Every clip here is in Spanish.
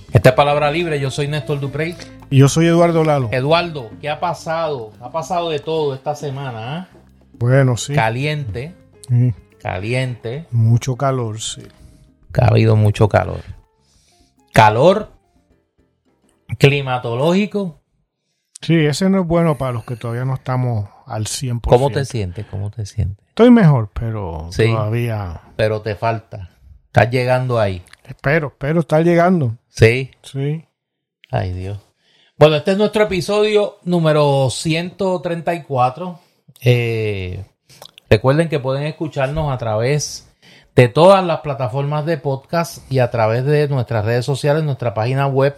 Esta es Palabra Libre, yo soy Néstor Duprey. Y yo soy Eduardo Lalo. Eduardo, ¿qué ha pasado? Ha pasado de todo esta semana, ¿eh? Bueno, sí. Caliente. Sí. Caliente. Mucho calor, sí. Ha habido mucho calor. Calor climatológico. Sí, ese no es bueno para los que todavía no estamos al 100%. ¿Cómo te sientes? Estoy mejor, pero sí, todavía... pero te falta. Estás llegando ahí. Espero estar llegando. Sí. Sí. Ay, Dios. Bueno, este es nuestro episodio número 134. Recuerden que pueden escucharnos a través de todas las plataformas de podcast y a través de nuestras redes sociales, nuestra página web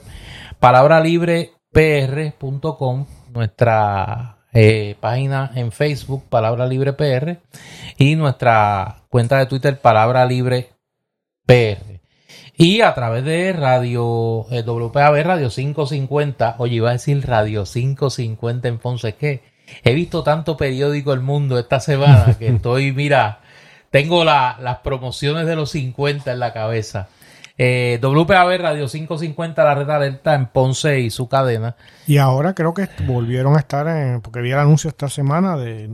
palabralibrepr.com, nuestra página en Facebook Palabra Libre PR y nuestra cuenta de Twitter Palabra Libre PR. Y a través de Radio WPAB, Radio 550, oye, iba a decir Radio 550 en Ponce, es que he visto tanto periódico El Mundo esta semana que estoy, mira, tengo las promociones de los 50 en la cabeza. WPAB, Radio 550, la red alerta en Ponce y su cadena. Y ahora creo que volvieron a estar, porque vi el anuncio esta semana de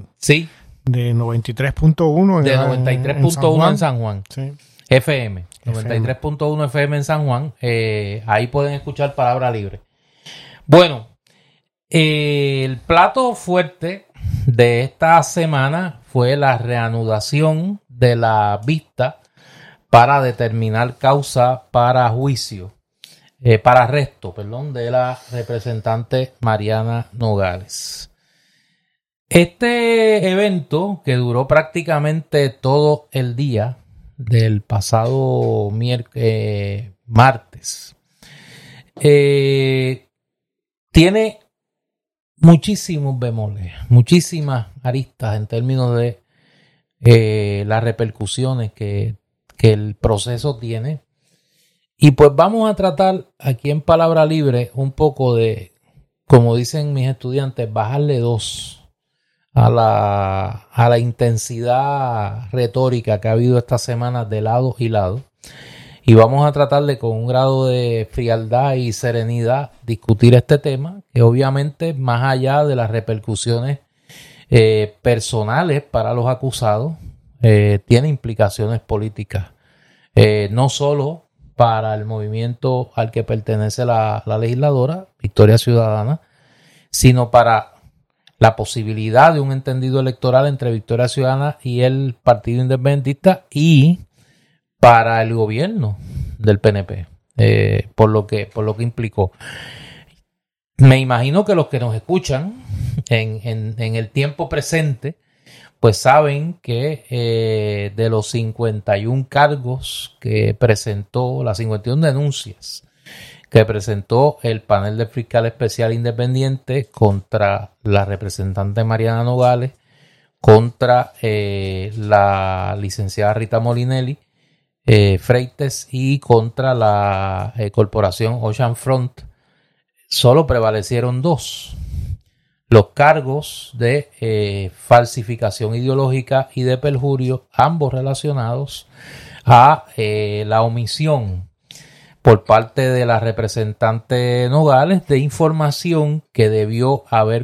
93.1. De 93.1 en San Juan. Sí. FM, 93.1 FM en San Juan. Ahí pueden escuchar Palabra Libre. Bueno, el plato fuerte de esta semana fue la reanudación de la vista para determinar causa para juicio, para arresto, de la representante Mariana Nogales. Este evento, que duró prácticamente todo el día del pasado martes, tiene muchísimos bemoles, muchísimas aristas en términos de las repercusiones que el proceso tiene. Y pues vamos a tratar aquí en Palabra Libre un poco de, como dicen mis estudiantes, bajarle 2 a la intensidad retórica que ha habido esta semana de lado y lado. Y vamos a tratar de, con un grado de frialdad y serenidad, discutir este tema, que obviamente, más allá de las repercusiones personales para los acusados, tiene implicaciones políticas. No solo para el movimiento al que pertenece la legisladora, Victoria Ciudadana, sino para la posibilidad de un entendido electoral entre Victoria Ciudadana y el Partido Independentista y para el gobierno del PNP, por lo que implicó. Me imagino que los que nos escuchan en el tiempo presente, pues saben que de los 51 cargos que presentó, las 51 denuncias que presentó el panel de fiscal especial independiente contra la representante Mariana Nogales, contra la licenciada Rita Molinelli Freites y contra la corporación Ocean Front, solo prevalecieron 2. Los cargos de falsificación ideológica y de perjurio, ambos relacionados a la omisión por parte de la representante Nogales de información que debió haber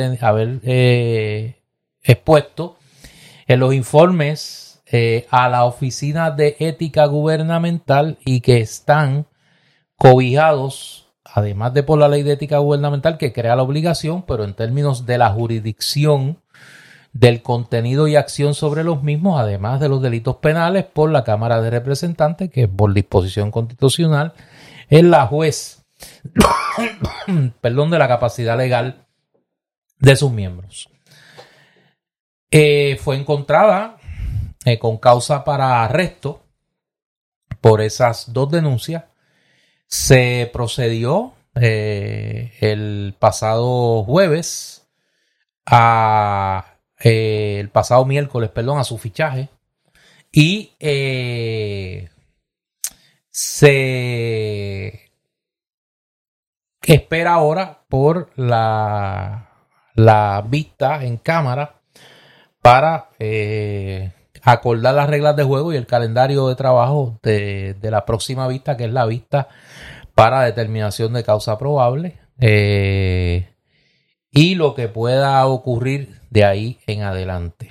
expuesto en los informes a la Oficina de Ética Gubernamental y que están cobijados, además de por la Ley de Ética Gubernamental que crea la obligación, pero en términos de la jurisdicción del contenido y acción sobre los mismos, además de los delitos penales, por la Cámara de Representantes, que por disposición constitucional es la juez de la capacidad legal de sus miembros. Fue encontrada con causa para arresto por esas 2 denuncias. Se procedió el pasado jueves el pasado miércoles, a su fichaje y se espera ahora por la vista en cámara para acordar las reglas de juego y el calendario de trabajo de la próxima vista, que es la vista para determinación de causa probable y lo que pueda ocurrir de ahí en adelante.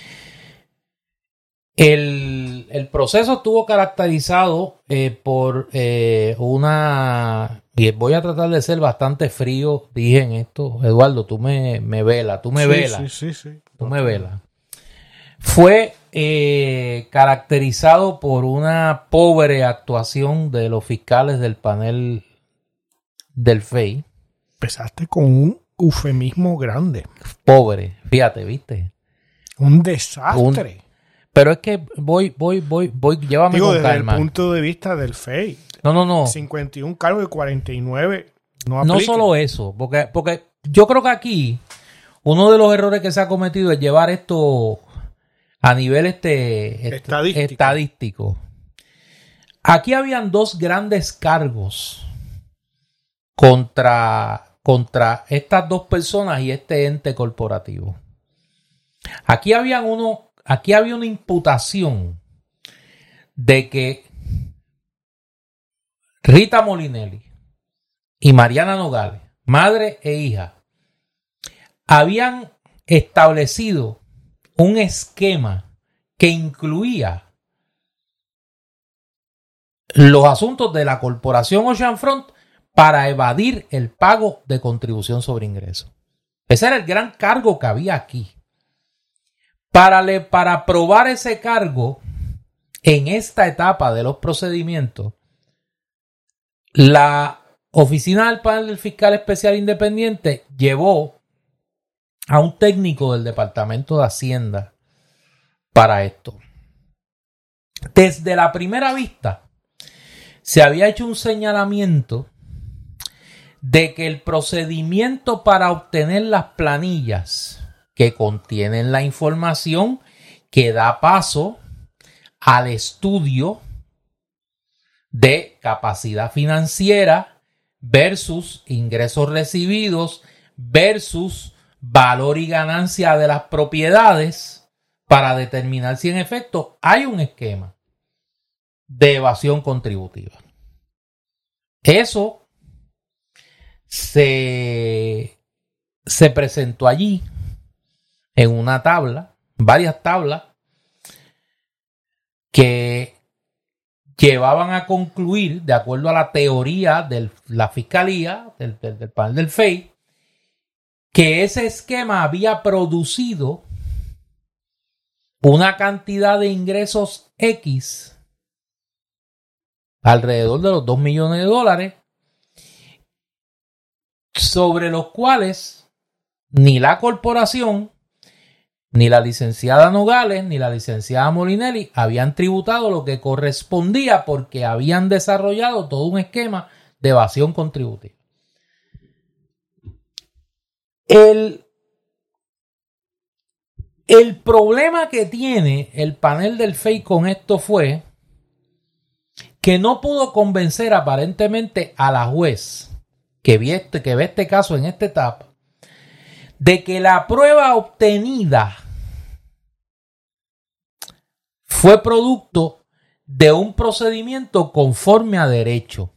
El proceso estuvo caracterizado por una... Y voy a tratar de ser bastante frío, dije en esto. Eduardo, tú me velas, tú me velas. Sí. Tú me velas. Fue caracterizado por una pobre actuación de los fiscales del panel del FEI. Empezaste con un eufemismo grande. Pobre, fíjate, ¿viste? Un desastre. Pero es que voy, llévame Digo, con desde calma. el punto de vista del FEI. No. 51 cargos y 49 no aplican. No solo eso, porque yo creo que aquí uno de los errores que se ha cometido es llevar esto a nivel estadístico. Aquí habían dos grandes cargos contra estas dos personas y este ente corporativo. Aquí había una imputación de que Rita Molinelli y Mariana Nogales, madre e hija, habían establecido un esquema que incluía los asuntos de la corporación Oceanfront para evadir el pago de contribución sobre ingresos. Ese era el gran cargo que había aquí. Para probar ese cargo en esta etapa de los procedimientos, la oficina del panel del fiscal especial independiente llevó a un técnico del Departamento de Hacienda para esto. Desde la primera vista se había hecho un señalamiento de que el procedimiento para obtener las planillas que contienen la información que da paso al estudio de capacidad financiera versus ingresos recibidos versus valor y ganancia de las propiedades para determinar si en efecto hay un esquema de evasión contributiva. Eso se presentó allí en una tabla, varias tablas que llevaban a concluir, de acuerdo a la teoría de la fiscalía, del panel del FEI, que ese esquema había producido una cantidad de ingresos X, alrededor de los $2 millones, sobre los cuales ni la corporación, ni la licenciada Nogales, ni la licenciada Molinelli habían tributado lo que correspondía porque habían desarrollado todo un esquema de evasión contributiva. El problema que tiene el panel del FEI con esto fue que no pudo convencer aparentemente a la juez que ve este caso en esta etapa de que la prueba obtenida fue producto de un procedimiento conforme a derecho.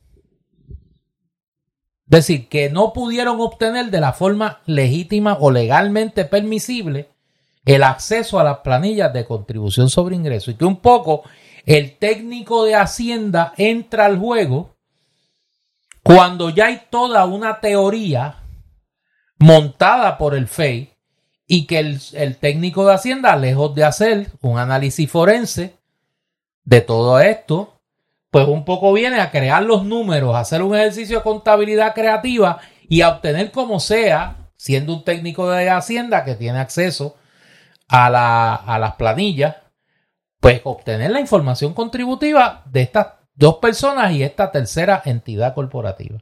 Es decir, que no pudieron obtener de la forma legítima o legalmente permisible el acceso a las planillas de contribución sobre ingresos y que un poco el técnico de Hacienda entra al juego cuando ya hay toda una teoría montada por el FEI y que el técnico de Hacienda, lejos de hacer un análisis forense de todo esto, pues un poco viene a crear los números, a hacer un ejercicio de contabilidad creativa y a obtener como sea, siendo un técnico de Hacienda que tiene acceso a las planillas, pues obtener la información contributiva de estas dos personas y esta tercera entidad corporativa.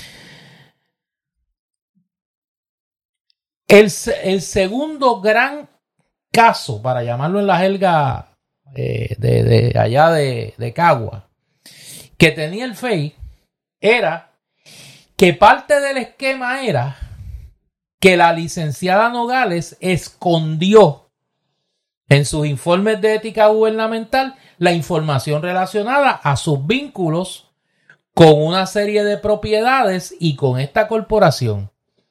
El segundo gran caso, para llamarlo en la jerga de allá de Cagua, que tenía el FEI, era que parte del esquema era que la licenciada Nogales escondió en sus informes de ética gubernamental la información relacionada a sus vínculos con una serie de propiedades y con esta corporación.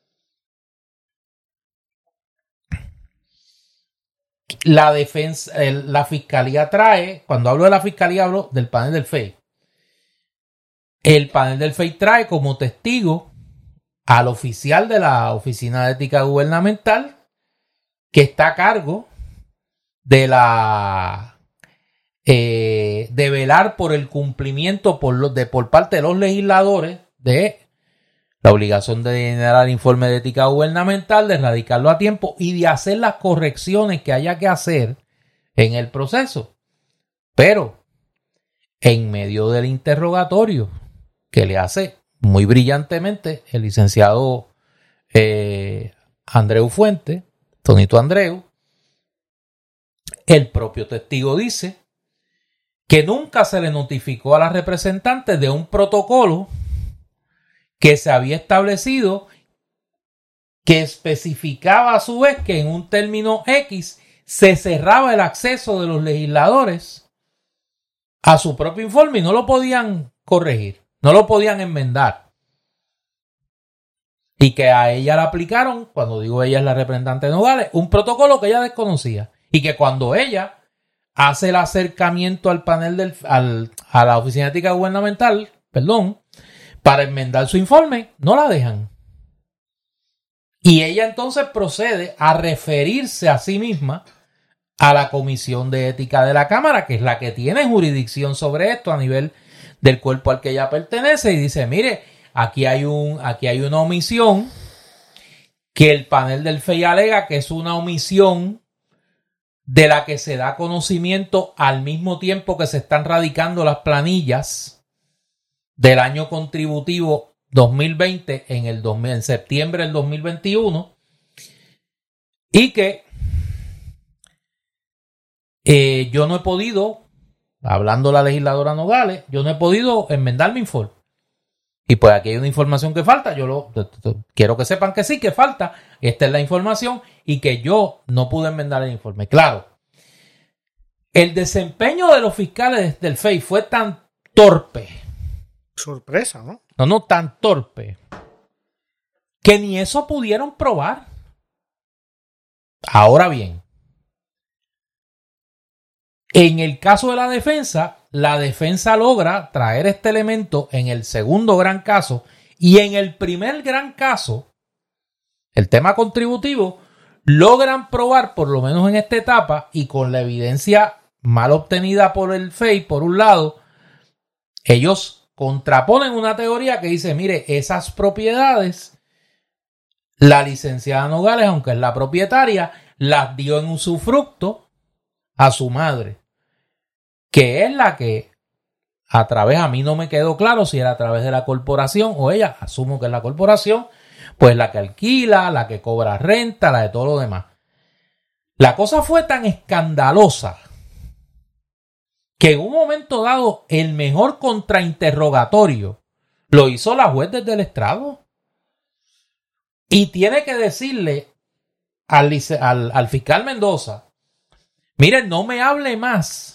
La defensa, la fiscalía trae, cuando hablo de la fiscalía hablo del panel del FEI. El panel del FEI trae como testigo al oficial de la Oficina de Ética Gubernamental que está a cargo de de velar por el cumplimiento por parte de los legisladores de la obligación de generar informe de ética gubernamental, de erradicarlo a tiempo y de hacer las correcciones que haya que hacer en el proceso. Pero en medio del interrogatorio que le hace muy brillantemente el licenciado Andreu Fuentes, Tonito Andreu, el propio testigo dice que nunca se le notificó a la representante de un protocolo que se había establecido que especificaba a su vez que en un término X se cerraba el acceso de los legisladores a su propio informe y no lo podían corregir, no lo podían enmendar. Y que a ella le aplicaron, cuando digo ella es la representante de Nogales, un protocolo que ella desconocía. Y que cuando ella hace el acercamiento al panel a la Oficina de Ética Gubernamental, para enmendar su informe, no la dejan. Y ella entonces procede a referirse a sí misma a la Comisión de Ética de la Cámara, que es la que tiene jurisdicción sobre esto a nivel del cuerpo al que ella pertenece, y dice, mire, aquí hay una omisión que el panel del FEI alega que es una omisión de la que se da conocimiento al mismo tiempo que se están radicando las planillas del año contributivo 2020 en septiembre del 2021 y que yo no he podido, hablando la legisladora Nogales, yo no he podido enmendar mi informe. Y pues aquí hay una información que falta, quiero que sepan que sí, que falta, esta es la información y que yo no pude enmendar el informe. Claro, el desempeño de los fiscales del FEI fue tan torpe. Sorpresa, ¿no? No, tan torpe, que ni eso pudieron probar. Ahora bien, en el caso de la defensa logra traer este elemento en el segundo gran caso y en el primer gran caso, el tema contributivo, logran probar, por lo menos en esta etapa, y con la evidencia mal obtenida por el FEI, por un lado, ellos contraponen una teoría que dice, mire, esas propiedades, la licenciada Nogales, aunque es la propietaria, las dio en usufructo a su madre, que es la que a mí no me quedó claro si era a través de la corporación o ella, asumo que es la corporación, pues la que alquila, la que cobra renta, la de todo lo demás. La cosa fue tan escandalosa que en un momento dado el mejor contrainterrogatorio lo hizo la juez desde el estrado. Y tiene que decirle al fiscal Mendoza, miren, no me hable más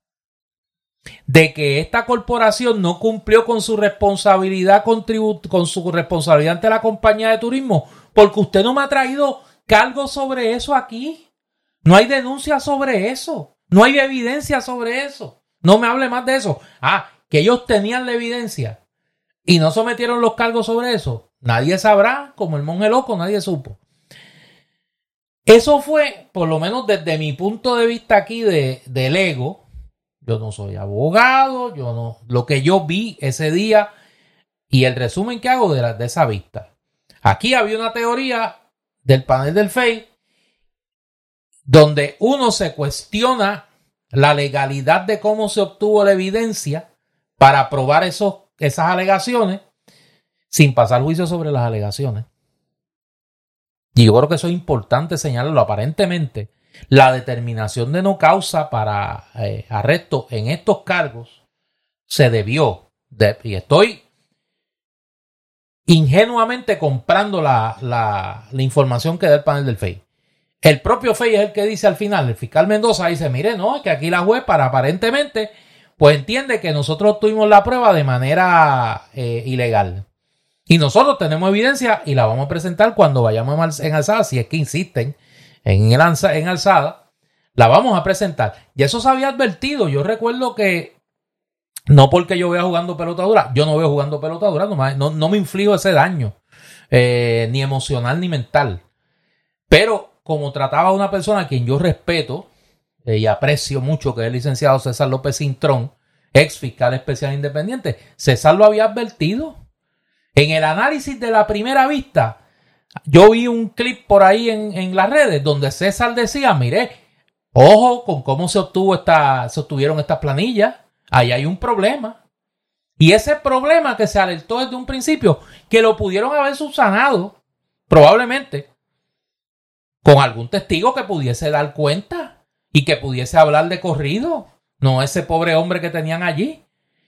de que esta corporación no cumplió con su responsabilidad con su responsabilidad ante la compañía de turismo, porque usted no me ha traído cargos sobre eso aquí. No hay denuncia sobre eso. No hay evidencia sobre eso. No me hable más de eso. Que ellos tenían la evidencia y no sometieron los cargos sobre eso. Nadie sabrá, como el monje loco, nadie supo. Eso fue, por lo menos desde mi punto de vista aquí del ego. Yo no soy abogado, lo que yo vi ese día y el resumen que hago de esa vista. Aquí había una teoría del panel del FEI donde uno se cuestiona la legalidad de cómo se obtuvo la evidencia para probar esas alegaciones sin pasar juicio sobre las alegaciones. Y yo creo que eso es importante señalarlo. Aparentemente, la determinación de no causa para arresto en estos cargos se debió, y estoy ingenuamente comprando la información que da el panel del FEI. El propio FEI es el que dice al final, el fiscal Mendoza dice, mire, no, es que aquí la juez para aparentemente pues entiende que nosotros tuvimos la prueba de manera ilegal. Y nosotros tenemos evidencia y la vamos a presentar cuando vayamos en alzada, si es que insisten en alzada, la vamos a presentar. Y eso se había advertido. Yo recuerdo que no porque yo vea jugando pelota dura, yo no veo jugando pelota dura, no me inflijo ese daño, ni emocional ni mental. Pero como trataba a una persona a quien yo respeto y aprecio mucho, que es el licenciado César López Cintrón, ex fiscal especial independiente, César lo había advertido. En el análisis de la primera vista, yo vi un clip por ahí en las redes donde César decía, mire, ojo con cómo se obtuvieron estas planillas, ahí hay un problema. Y ese problema que se alertó desde un principio, que lo pudieron haber subsanado, probablemente, con algún testigo que pudiese dar cuenta y que pudiese hablar de corrido, no ese pobre hombre que tenían allí.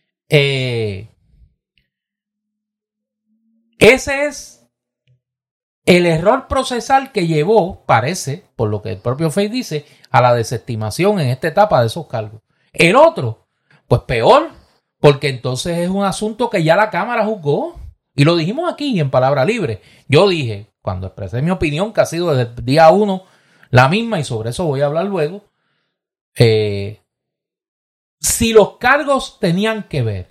Ese es el error procesal que llevó, parece, por lo que el propio FEI dice, a la desestimación en esta etapa de esos cargos. El otro, pues peor, porque entonces es un asunto que ya la Cámara juzgó. Y lo dijimos aquí en Palabra Libre. Yo dije, cuando expresé mi opinión, que ha sido desde el día 1 la misma, y sobre eso voy a hablar luego, si los cargos tenían que ver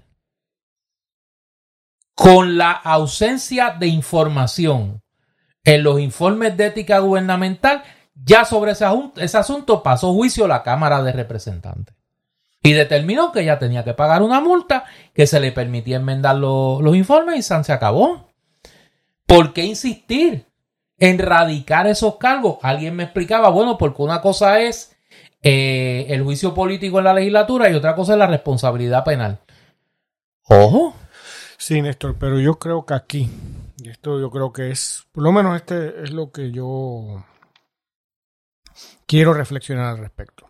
con la ausencia de información en los informes de ética gubernamental, ya sobre ese asunto pasó juicio la Cámara de Representantes y determinó que ella tenía que pagar una multa, que se le permitía enmendar los informes y se acabó. ¿Por qué insistir en radicar esos cargos? Alguien me explicaba, bueno, porque una cosa es el juicio político en la legislatura y otra cosa es la responsabilidad penal. ¡Ojo! Sí, Néstor, pero yo creo que aquí, y esto yo creo que es, por lo menos este es lo que yo quiero reflexionar al respecto.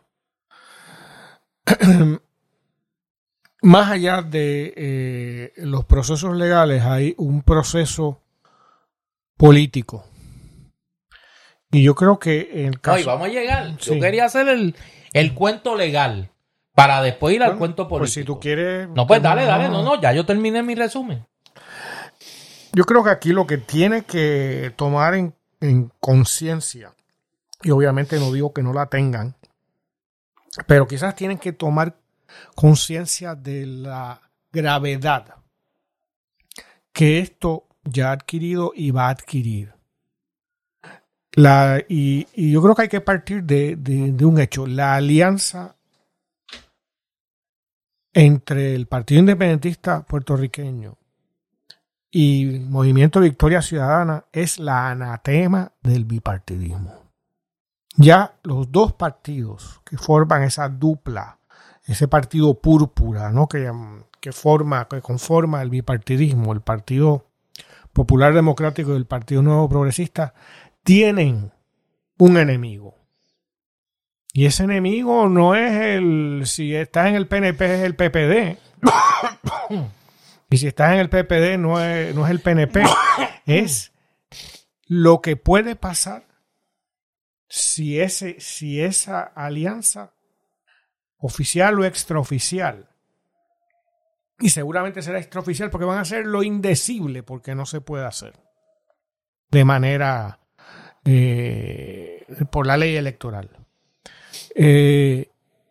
Más allá de los procesos legales, hay un proceso político. Y yo creo que en el caso... Ay, vamos a llegar. Sí. Yo quería hacer el cuento legal para después ir al cuento político. Pues si tú quieres... No, pues dale. No, ya yo terminé mi resumen. Yo creo que aquí lo que tiene que tomar en conciencia, y obviamente no digo que no la tengan, pero quizás tienen que tomar conciencia de la gravedad que esto ya ha adquirido y va a adquirir. Y yo creo que hay que partir de un hecho. La alianza entre el Partido Independentista puertorriqueño y Movimiento Victoria Ciudadana es la anatema del bipartidismo. Ya los dos partidos que forman esa dupla, ese partido púrpura, ¿no? que conforma el bipartidismo, el Partido Popular Democrático y el Partido Nuevo Progresista, tienen un enemigo. Y ese enemigo no es si estás en el PNP es el PPD. Y si estás en el PPD no es el PNP. Es lo que puede pasar si esa alianza oficial o extraoficial, y seguramente será extraoficial porque van a hacer lo indecible porque no se puede hacer de manera por la ley electoral. Ese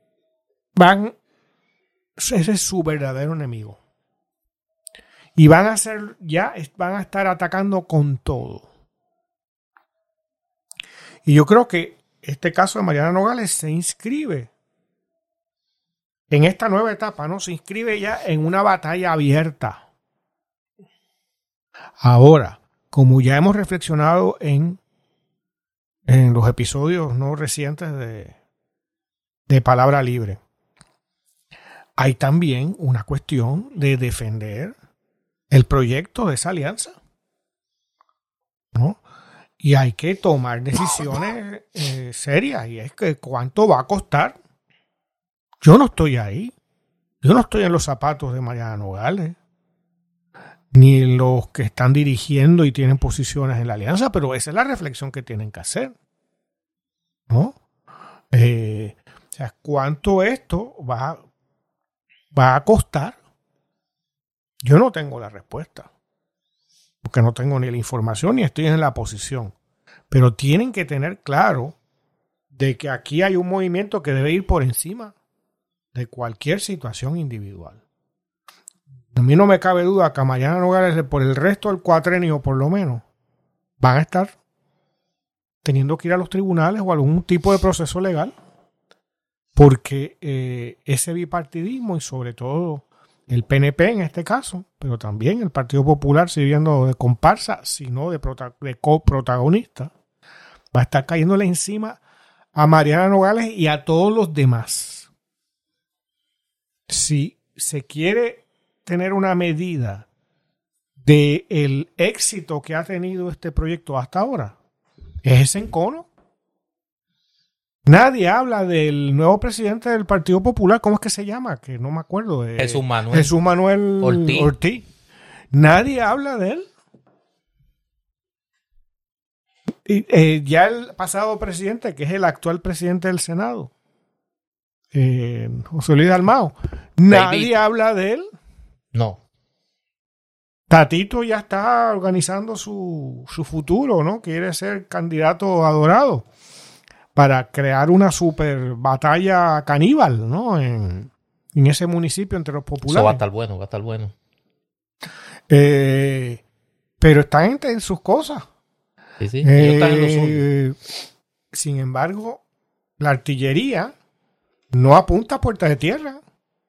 es su verdadero enemigo. Y van a estar atacando con todo. Y yo creo que este caso de Mariana Nogales se inscribe en esta nueva etapa, ¿no? Se inscribe ya en una batalla abierta. Ahora, como ya hemos reflexionado en los episodios no recientes de Palabra Libre, hay también una cuestión de defender el proyecto de esa alianza, ¿no? Y hay que tomar decisiones serias, y es que cuánto va a costar. Yo no estoy ahí. Yo no estoy en los zapatos de Mariana Nogales, ni en los que están dirigiendo y tienen posiciones en la alianza, pero esa es la reflexión que tienen que hacer, ¿no? O sea, cuánto esto va va a costar. Yo no tengo la respuesta, porque no tengo ni la información ni estoy en la posición. Pero tienen que tener claro de que aquí hay un movimiento que debe ir por encima de cualquier situación individual. A mí no me cabe duda que a Mariana Nogales, por el resto del cuatrenio por lo menos, van a estar teniendo que ir a los tribunales o a algún tipo de proceso legal, porque ese bipartidismo y sobre todo el PNP en este caso, pero también el Partido Popular sirviendo de comparsa, sino de coprotagonista, va a estar cayéndole encima a Mariana Nogales y a todos los demás. Si se quiere tener una medida del éxito que ha tenido este proyecto hasta ahora, es ese encono. Nadie habla del nuevo presidente del Partido Popular, ¿cómo es que se llama? Que no me acuerdo. Jesús Manuel Ortiz. Nadie habla de él. Y ya el pasado presidente, que es el actual presidente del Senado, José Luis Dalmau, nadie habla de él. No. Tatito ya está organizando su futuro, ¿no? Quiere ser candidato a Dorado para crear una super batalla caníbal, ¿no? En ese municipio entre los populares. Eso va a estar bueno, va a estar bueno. Pero están en sus cosas. Sí, ellos están en lo suyo. Sin embargo, la artillería no apunta a puerta de tierra.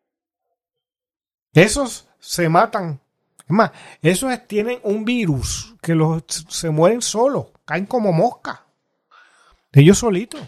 Esos se matan. Es más, esos tienen un virus que se mueren solos, caen como moscas. Ellos solitos.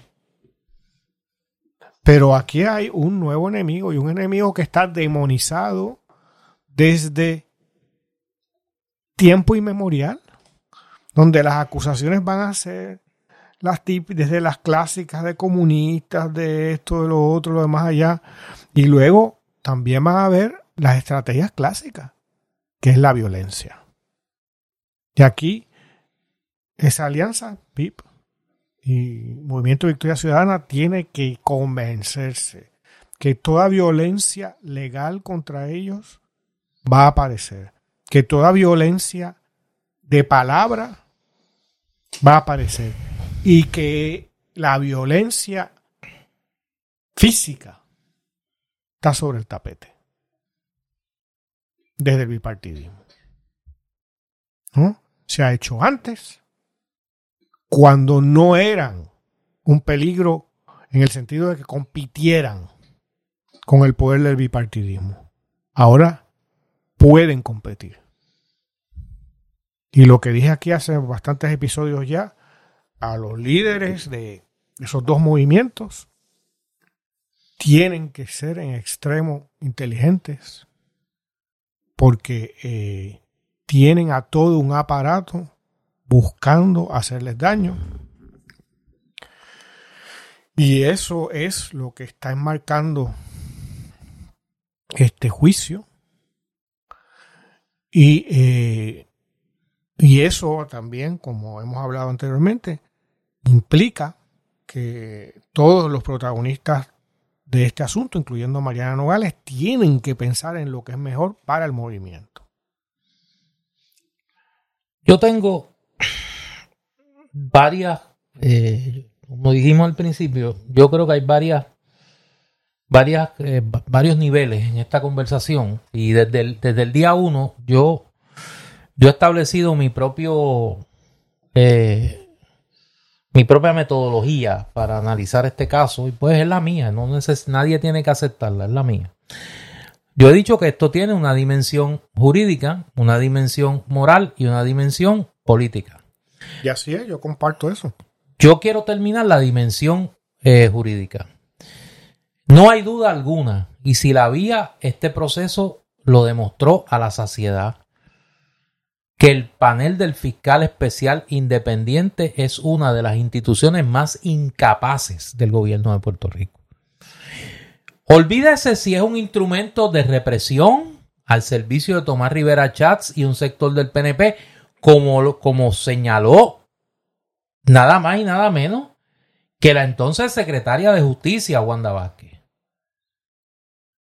Pero aquí hay un nuevo enemigo y un enemigo que está demonizado desde tiempo inmemorial, donde las acusaciones van a ser desde las clásicas de comunistas, de esto, de lo otro, lo demás allá, y luego también van a ver las estrategias clásicas, que es la violencia. Y aquí esa alianza, PIP y Movimiento Victoria Ciudadana, tiene que convencerse que toda violencia legal contra ellos va a aparecer, que toda violencia de palabra va a aparecer y que la violencia física está sobre el tapete desde el bipartidismo, ¿no? Se ha hecho antes, cuando no eran un peligro en el sentido de que compitieran con el poder del bipartidismo. Ahora pueden competir. Y lo que dije aquí hace bastantes episodios ya, a los líderes de esos dos movimientos tienen que ser en extremo inteligentes, porque tienen a todo un aparato buscando hacerles daño. Y eso es lo que está enmarcando este juicio. Y eso también, como hemos hablado anteriormente, implica que todos los protagonistas de este asunto, incluyendo Mariana Nogales, tienen que pensar en lo que es mejor para el movimiento. Yo tengo varias, como dijimos al principio, yo creo que hay varios niveles en esta conversación, y desde el día 1 yo he establecido mi propia metodología para analizar este caso, y pues es la mía, nadie tiene que aceptarla, es la mía. Yo he dicho que esto tiene una dimensión jurídica, una dimensión moral y una dimensión política. Y así es, yo comparto eso. Yo quiero terminar la dimensión jurídica. No hay duda alguna, y si la había, este proceso lo demostró a la saciedad, que el panel del fiscal especial independiente es una de las instituciones más incapaces del gobierno de Puerto Rico. Olvídese si es un instrumento de represión al servicio de Tomás Rivera Chats y un sector del PNP, como señaló nada más y nada menos que la entonces secretaria de Justicia, Wanda Vázquez.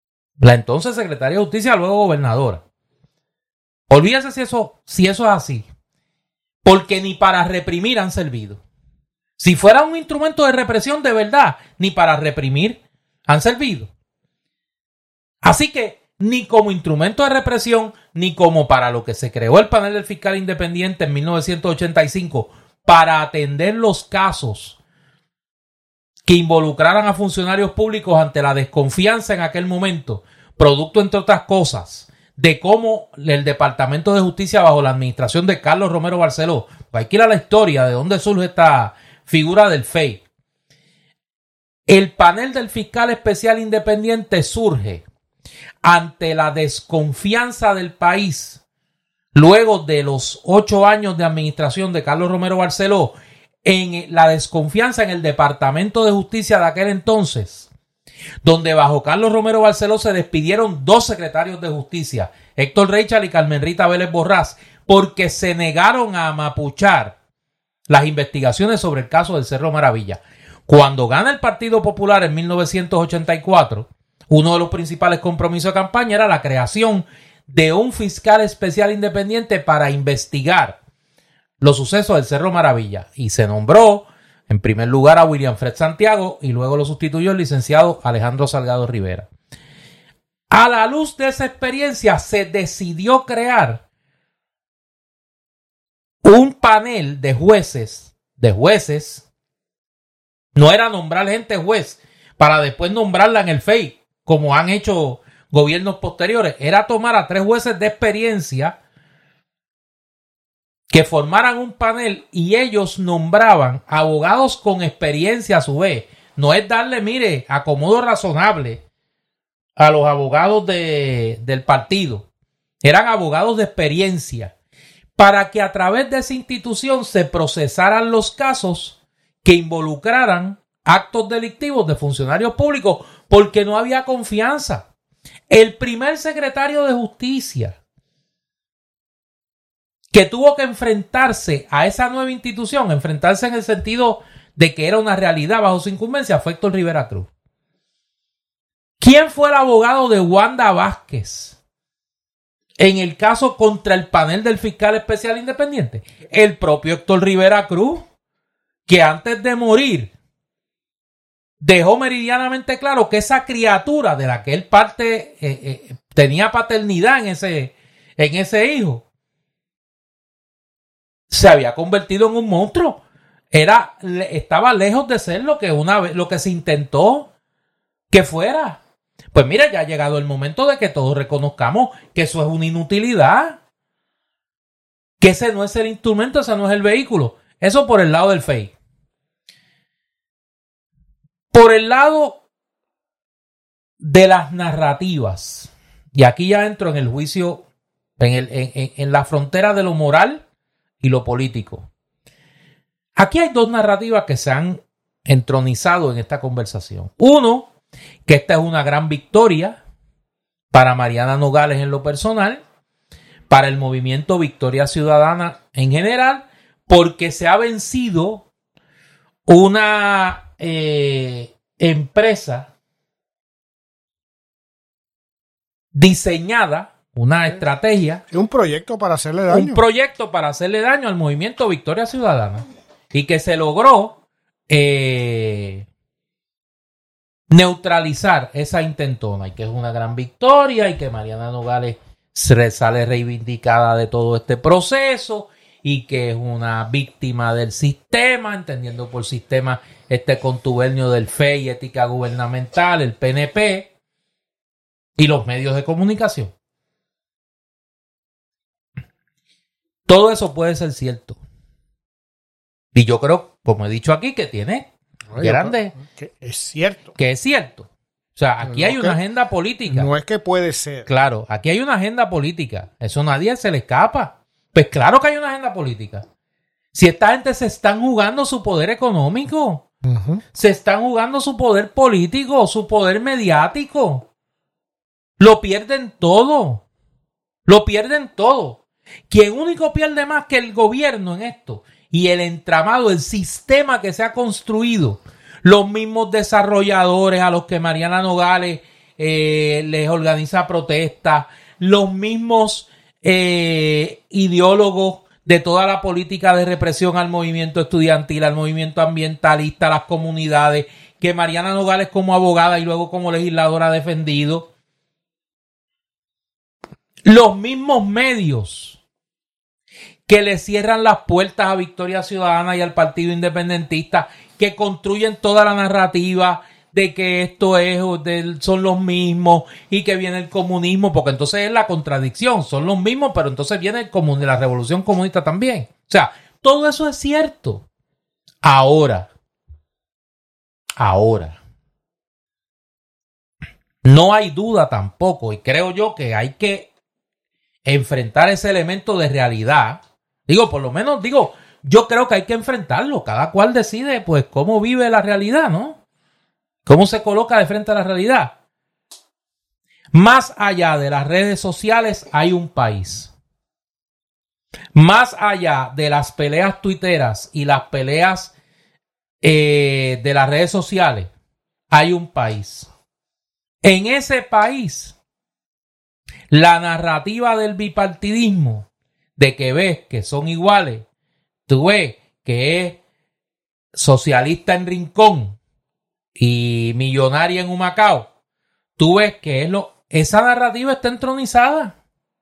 la entonces secretaria de Justicia, luego gobernadora. Olvídese si eso es así. Porque ni para reprimir han servido. Si fuera un instrumento de represión de verdad, ni para reprimir han servido. Así que ni como instrumento de represión, ni como para lo que se creó el panel del fiscal independiente en 1985, para atender los casos que involucraran a funcionarios públicos ante la desconfianza en aquel momento, producto, entre otras cosas, de cómo el Departamento de Justicia bajo la administración de Carlos Romero Barceló, pues hay que ir a la historia de dónde surge esta figura del FEI. El panel del fiscal especial independiente surge ante la desconfianza del país, luego de los 8 años de administración de Carlos Romero Barceló, en la desconfianza en el Departamento de Justicia de aquel entonces, donde bajo Carlos Romero Barceló se despidieron 2 secretarios de Justicia, Héctor Reichal y Carmen Rita Vélez Borrás, porque se negaron a amapuchar las investigaciones sobre el caso del Cerro Maravilla. Cuando gana el Partido Popular en 1984, uno de los principales compromisos de campaña era la creación de un fiscal especial independiente para investigar los sucesos del Cerro Maravilla. Y se nombró en primer lugar a William Fred Santiago y luego lo sustituyó el licenciado Alejandro Salgado Rivera. A la luz de esa experiencia se decidió crear un panel de jueces. No era nombrar gente juez para después nombrarla en el FEI, como han hecho gobiernos posteriores. Era tomar a 3 jueces de experiencia que formaran un panel y ellos nombraban abogados con experiencia a su vez. No es darle, mire, acomodo razonable a los abogados del partido. Eran abogados de experiencia para que a través de esa institución se procesaran los casos que involucraran actos delictivos de funcionarios públicos, porque no había confianza. El primer secretario de Justicia que tuvo que enfrentarse a esa nueva institución, enfrentarse en el sentido de que era una realidad bajo su incumbencia, fue Héctor Rivera Cruz. ¿Quién fue el abogado de Wanda Vázquez en el caso contra el panel del fiscal especial independiente? El propio Héctor Rivera Cruz, que antes de morir dejó meridianamente claro que esa criatura de la que él parte tenía paternidad en ese hijo, se había convertido en un monstruo. Estaba lejos de ser lo que se intentó que fuera. Pues mira, ya ha llegado el momento de que todos reconozcamos que eso es una inutilidad. Que ese no es el instrumento, ese no es el vehículo. Eso por el lado del FEI. Por el lado de las narrativas, y aquí ya entro en el juicio, en la frontera de lo moral y lo político. Aquí hay 2 narrativas que se han entronizado en esta conversación. Uno, que esta es una gran victoria para Mariana Nogales en lo personal, para el movimiento Victoria Ciudadana en general, porque se ha vencido una empresa diseñada, una estrategia. Un proyecto para hacerle daño. Un proyecto para hacerle daño al movimiento Victoria Ciudadana. Y que se logró neutralizar esa intentona. Y que es una gran victoria. Y que Mariana Nogales sale reivindicada de todo este proceso. Y que es una víctima del sistema, entendiendo por sistema este contubernio del FEI, ética gubernamental, el PNP y los medios de comunicación. Todo eso puede ser cierto. Y yo creo, como he dicho aquí, que tiene grande. Que es cierto. Que es cierto. O sea, aquí hay una agenda política. No es que puede ser. Claro, aquí hay una agenda política. Eso a nadie se le escapa. Pues claro que hay una agenda política. Si esta gente se están jugando su poder económico, se están jugando su poder político, su poder mediático, lo pierden todo. Lo pierden todo. Quien único pierde más que el gobierno en esto y el entramado, el sistema que se ha construido, los mismos desarrolladores a los que Mariana Nogales les organiza protestas, los mismos ideólogos de toda la política de represión al movimiento estudiantil, al movimiento ambientalista, a las comunidades, que Mariana Nogales como abogada y luego como legisladora ha defendido. Los mismos medios que le cierran las puertas a Victoria Ciudadana y al Partido Independentista, que construyen toda la narrativa de que esto son los mismos y que viene el comunismo, porque entonces es la contradicción, son los mismos, pero entonces viene la revolución comunista también. O sea, todo eso es cierto. Ahora, no hay duda tampoco, y creo yo que hay que enfrentar ese elemento de realidad. Yo creo que hay que enfrentarlo. Cada cual decide, pues, cómo vive la realidad, ¿no? ¿Cómo se coloca de frente a la realidad? Más allá de las redes sociales hay un país. Más allá de las peleas tuiteras y las peleas de las redes sociales hay un país. En ese país, la narrativa del bipartidismo, de que ves que son iguales, tú ves que es socialista en Rincón y millonaria en Humacao, tú ves que esa narrativa está entronizada.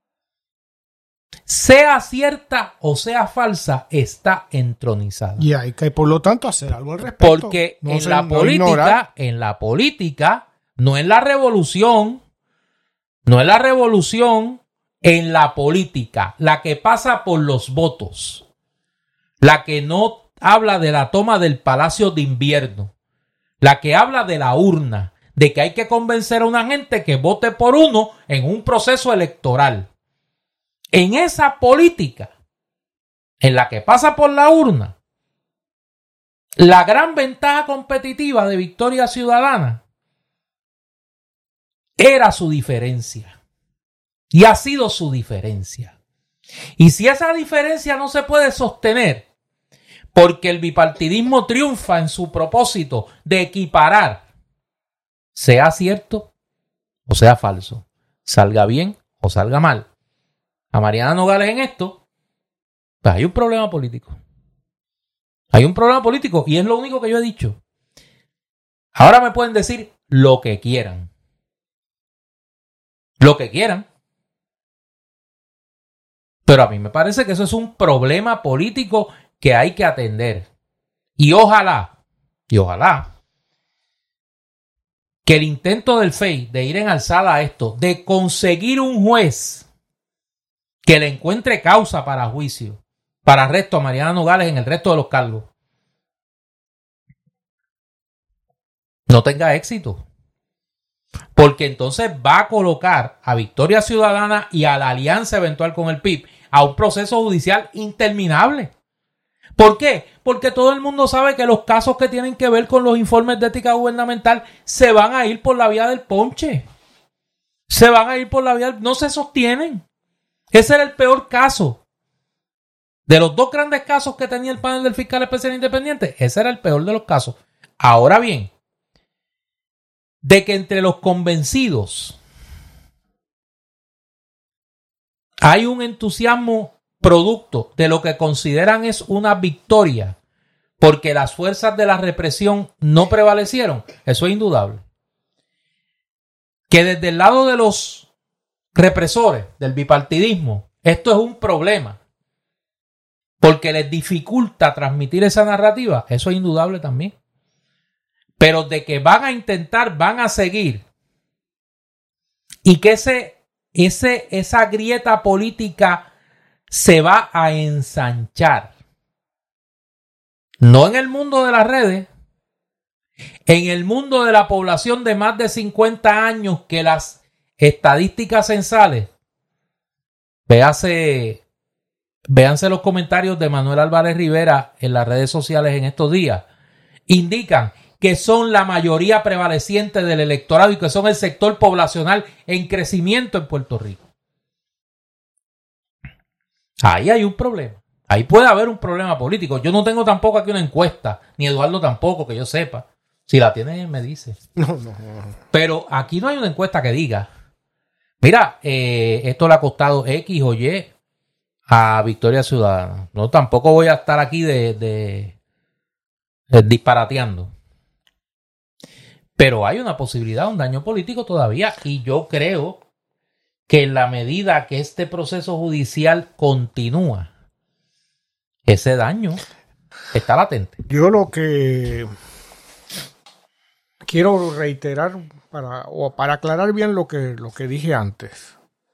Sea cierta o sea falsa, está entronizada. Y hay que, por lo tanto, hacer algo al respecto. Porque en la política, no en la revolución, en la política, la que pasa por los votos, la que no habla de la toma del Palacio de Invierno, la que habla de la urna, de que hay que convencer a una gente que vote por uno en un proceso electoral. En esa política, en la que pasa por la urna, la gran ventaja competitiva de Victoria Ciudadana era su diferencia. Y ha sido su diferencia. Y si esa diferencia no se puede sostener, porque el bipartidismo triunfa en su propósito de equiparar, sea cierto o sea falso, salga bien o salga mal, a Mariana Nogales en esto, pues hay un problema político. Hay un problema político y es lo único que yo he dicho. Ahora me pueden decir lo que quieran. Lo que quieran. Pero a mí me parece que eso es un problema político que hay que atender. Y ojalá, que el intento del FEI de ir en alzada a esto, de conseguir un juez que le encuentre causa para juicio, para arresto a Mariana Nogales en el resto de los cargos, no tenga éxito. Porque entonces va a colocar a Victoria Ciudadana y a la alianza eventual con el PIB a un proceso judicial interminable. ¿Por qué? Porque todo el mundo sabe que los casos que tienen que ver con los informes de ética gubernamental se van a ir por la vía del ponche. No se sostienen. Ese era el peor caso. De los dos grandes casos que tenía el panel del fiscal especial independiente, ese era el peor de los casos. Ahora bien, de que entre los convencidos hay un entusiasmo producto de lo que consideran es una victoria porque las fuerzas de la represión no prevalecieron, eso es indudable. Que desde el lado de los represores del bipartidismo, esto es un problema porque les dificulta transmitir esa narrativa, eso es indudable también. Pero de que van a intentar, van a seguir. Y que esa grieta política se va a ensanchar. No en el mundo de las redes, en el mundo de la población de más de 50 años que las estadísticas censales, véanse los comentarios de Manuel Álvarez Rivera en las redes sociales en estos días, indican que son la mayoría prevaleciente del electorado y que son el sector poblacional en crecimiento en Puerto Rico. Ahí hay un problema. Ahí puede haber un problema político. Yo no tengo tampoco aquí una encuesta, ni Eduardo tampoco, que yo sepa. O Si la tiene, me dice. No. Pero aquí no hay una encuesta que diga, mira, esto le ha costado X o Y a Victoria Ciudadana. No, tampoco voy a estar aquí de disparateando. Pero hay una posibilidad, un daño político todavía, y yo creo que en la medida que este proceso judicial continúa, ese daño está latente. Yo lo que quiero reiterar para aclarar bien lo que dije antes.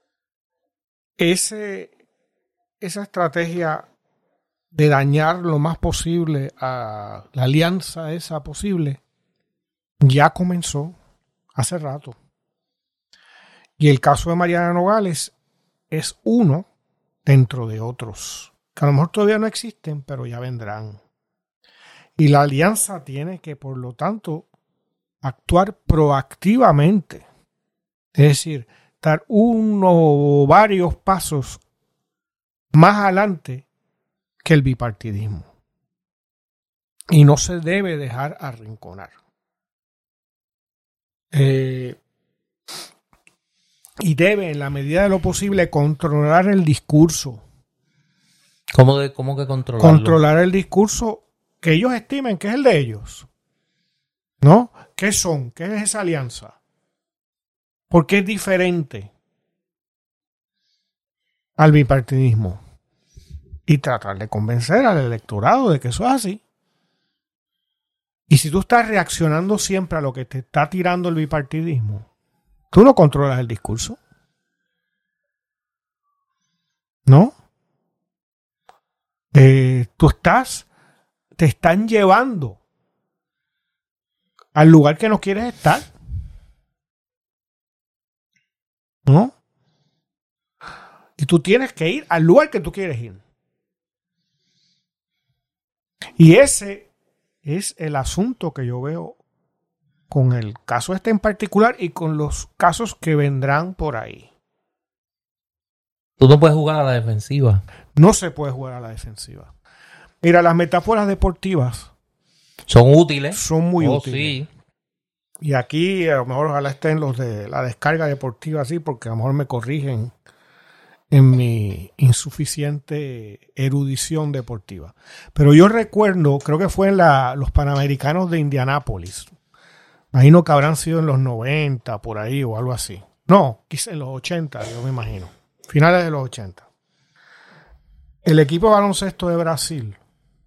Esa estrategia de dañar lo más posible a la alianza esa posible ya comenzó hace rato. Y el caso de Mariana Nogales es uno dentro de otros, que a lo mejor todavía no existen, pero ya vendrán. Y la alianza tiene que, por lo tanto, actuar proactivamente. Es decir, dar uno o varios pasos más adelante que el bipartidismo. Y no se debe dejar arrinconar. Y debe, en la medida de lo posible, controlar el discurso. ¿Cómo que controlarlo? Controlar el discurso que ellos estimen que es el de ellos. ¿No? ¿Qué son? ¿Qué es esa alianza? ¿Por qué es diferente al bipartidismo? Y tratar de convencer al electorado de que eso es así. Y si tú estás reaccionando siempre a lo que te está tirando el bipartidismo, tú no controlas el discurso. ¿No? Te están llevando al lugar que no quieres estar. ¿No? Y tú tienes que ir al lugar que tú quieres ir. Y ese es el asunto que yo veo con el caso este en particular y con los casos que vendrán por ahí. Tú no puedes jugar a la defensiva. No se puede jugar a la defensiva. Mira, las metáforas deportivas son útiles. Son muy útiles. Sí. Y aquí a lo mejor ojalá estén los de la descarga deportiva así, porque a lo mejor me corrigen en mi insuficiente erudición deportiva. Pero yo recuerdo, creo que fue en los Panamericanos de Indianápolis. Imagino que habrán sido en los 90, por ahí, o algo así. No, quizá en los 80, yo me imagino. Finales de los 80. El equipo de baloncesto de Brasil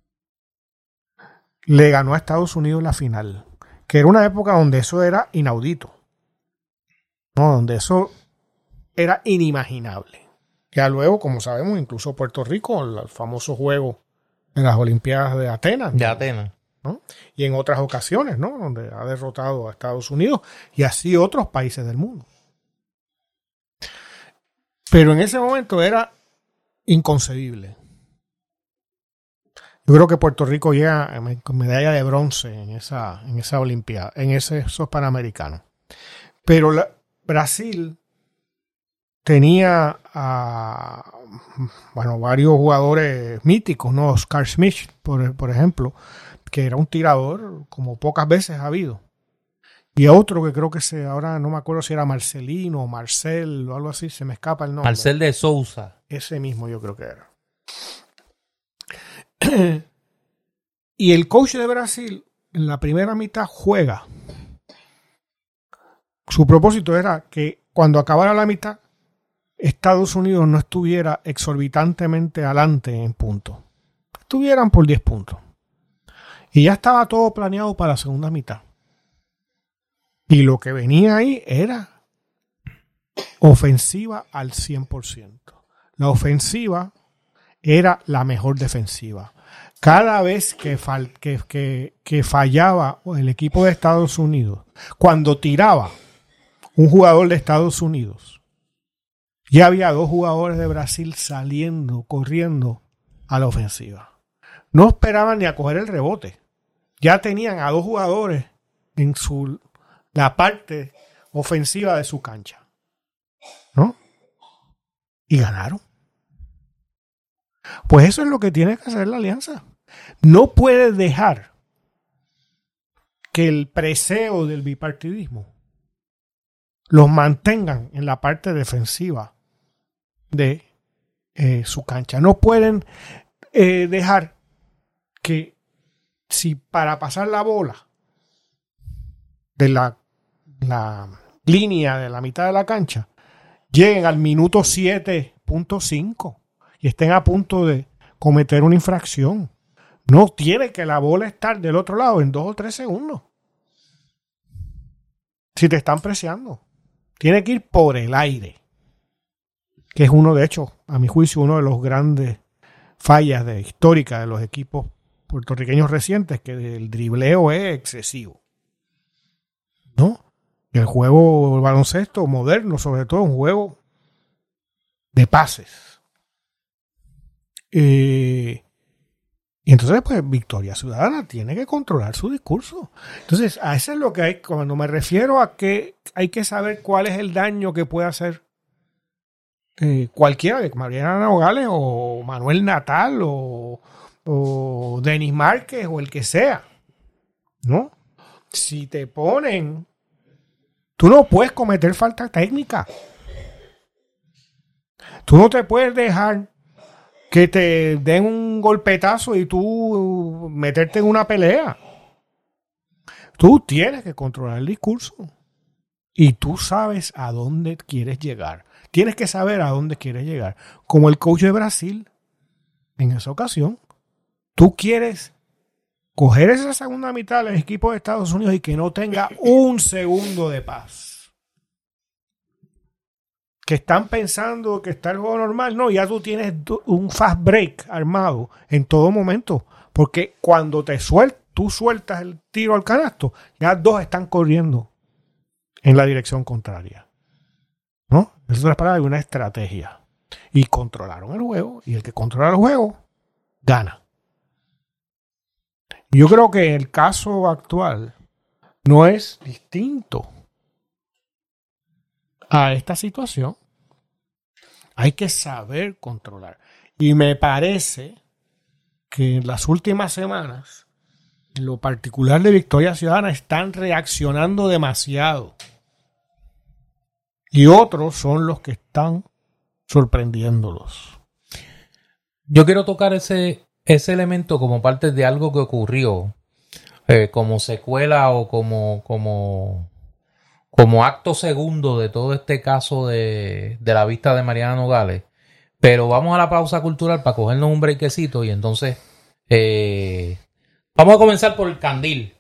le ganó a Estados Unidos la final, que era una época donde eso era inaudito. No, donde eso era inimaginable. Ya luego, como sabemos, incluso Puerto Rico, el famoso juego en las Olimpiadas de Atenas. De Atenas. ¿No? Y en otras ocasiones, ¿no? Donde ha derrotado a Estados Unidos y así otros países del mundo. Pero en ese momento era inconcebible. Yo creo que Puerto Rico llega con medalla de bronce en esa Olimpiada, en esos Panamericanos. Pero Brasil tenía varios jugadores míticos, ¿no? Oscar Schmidt, por ejemplo, que era un tirador como pocas veces ha habido. Y otro que creo que ahora no me acuerdo si era Marcelino o Marcel o algo así, se me escapa el nombre. Marcel de Sousa. Ese mismo yo creo que era. Y el coach de Brasil en la primera mitad juega. Su propósito era que cuando acabara la mitad, Estados Unidos no estuviera exorbitantemente adelante en puntos. Estuvieran por 10 puntos. Y ya estaba todo planeado para la segunda mitad. Y lo que venía ahí era ofensiva al 100%. La ofensiva era la mejor defensiva. Cada vez que fallaba el equipo de Estados Unidos, cuando tiraba un jugador de Estados Unidos, ya había 2 jugadores de Brasil saliendo, corriendo a la ofensiva. No esperaban ni a coger el rebote. Ya tenían a 2 jugadores en la parte ofensiva de su cancha. ¿No? Y ganaron. Pues eso es lo que tiene que hacer la alianza. No puede dejar que el preseo del bipartidismo los mantengan en la parte defensiva de su cancha. No pueden dejar que si para pasar la bola de la línea de la mitad de la cancha lleguen al minuto 7.5 y estén a punto de cometer una infracción. No tiene que la bola estar del otro lado en 2 o 3 segundos. Si te están presionando, tiene que ir por el aire, que es uno, de hecho, a mi juicio, uno de los grandes fallas históricas de los equipos puertorriqueños recientes, que el dribleo es excesivo, ¿no? El juego, el baloncesto moderno, sobre todo, un juego de pases. Y entonces, pues, Victoria Ciudadana tiene que controlar su discurso. Entonces, a eso es lo que hay, cuando me refiero a que hay que saber cuál es el daño que puede hacer cualquiera, de Mariana Nogales o Manuel Natal o Denis Márquez o el que sea, ¿no? Si te ponen, tú no puedes cometer falta técnica. Tú no te puedes dejar que te den un golpetazo y tú meterte en una pelea. Tú tienes que controlar el discurso. Y tú sabes a dónde quieres llegar. Tienes que saber a dónde quieres llegar. Como el coach de Brasil, en esa ocasión, tú quieres coger esa segunda mitad del equipo de Estados Unidos y que no tenga un segundo de paz. Que están pensando que está el juego normal. No, ya tú tienes un fast break armado en todo momento. Porque cuando tú sueltas el tiro al canasto, ya 2 están corriendo en la dirección contraria, ¿no? Eso es para una estrategia. Y controlaron el juego. Y el que controla el juego, gana. Yo creo que el caso actual no es distinto a esta situación. Hay que saber controlar. Y me parece que en las últimas semanas, en lo particular de Victoria Ciudadana, están reaccionando demasiado. Y otros son los que están sorprendiéndolos. Yo quiero tocar ese elemento como parte de algo que ocurrió, como secuela o como acto segundo de todo este caso de la vista de Mariana Nogales. Pero vamos a la pausa cultural para cogernos un breakcito y entonces vamos a comenzar por el candil.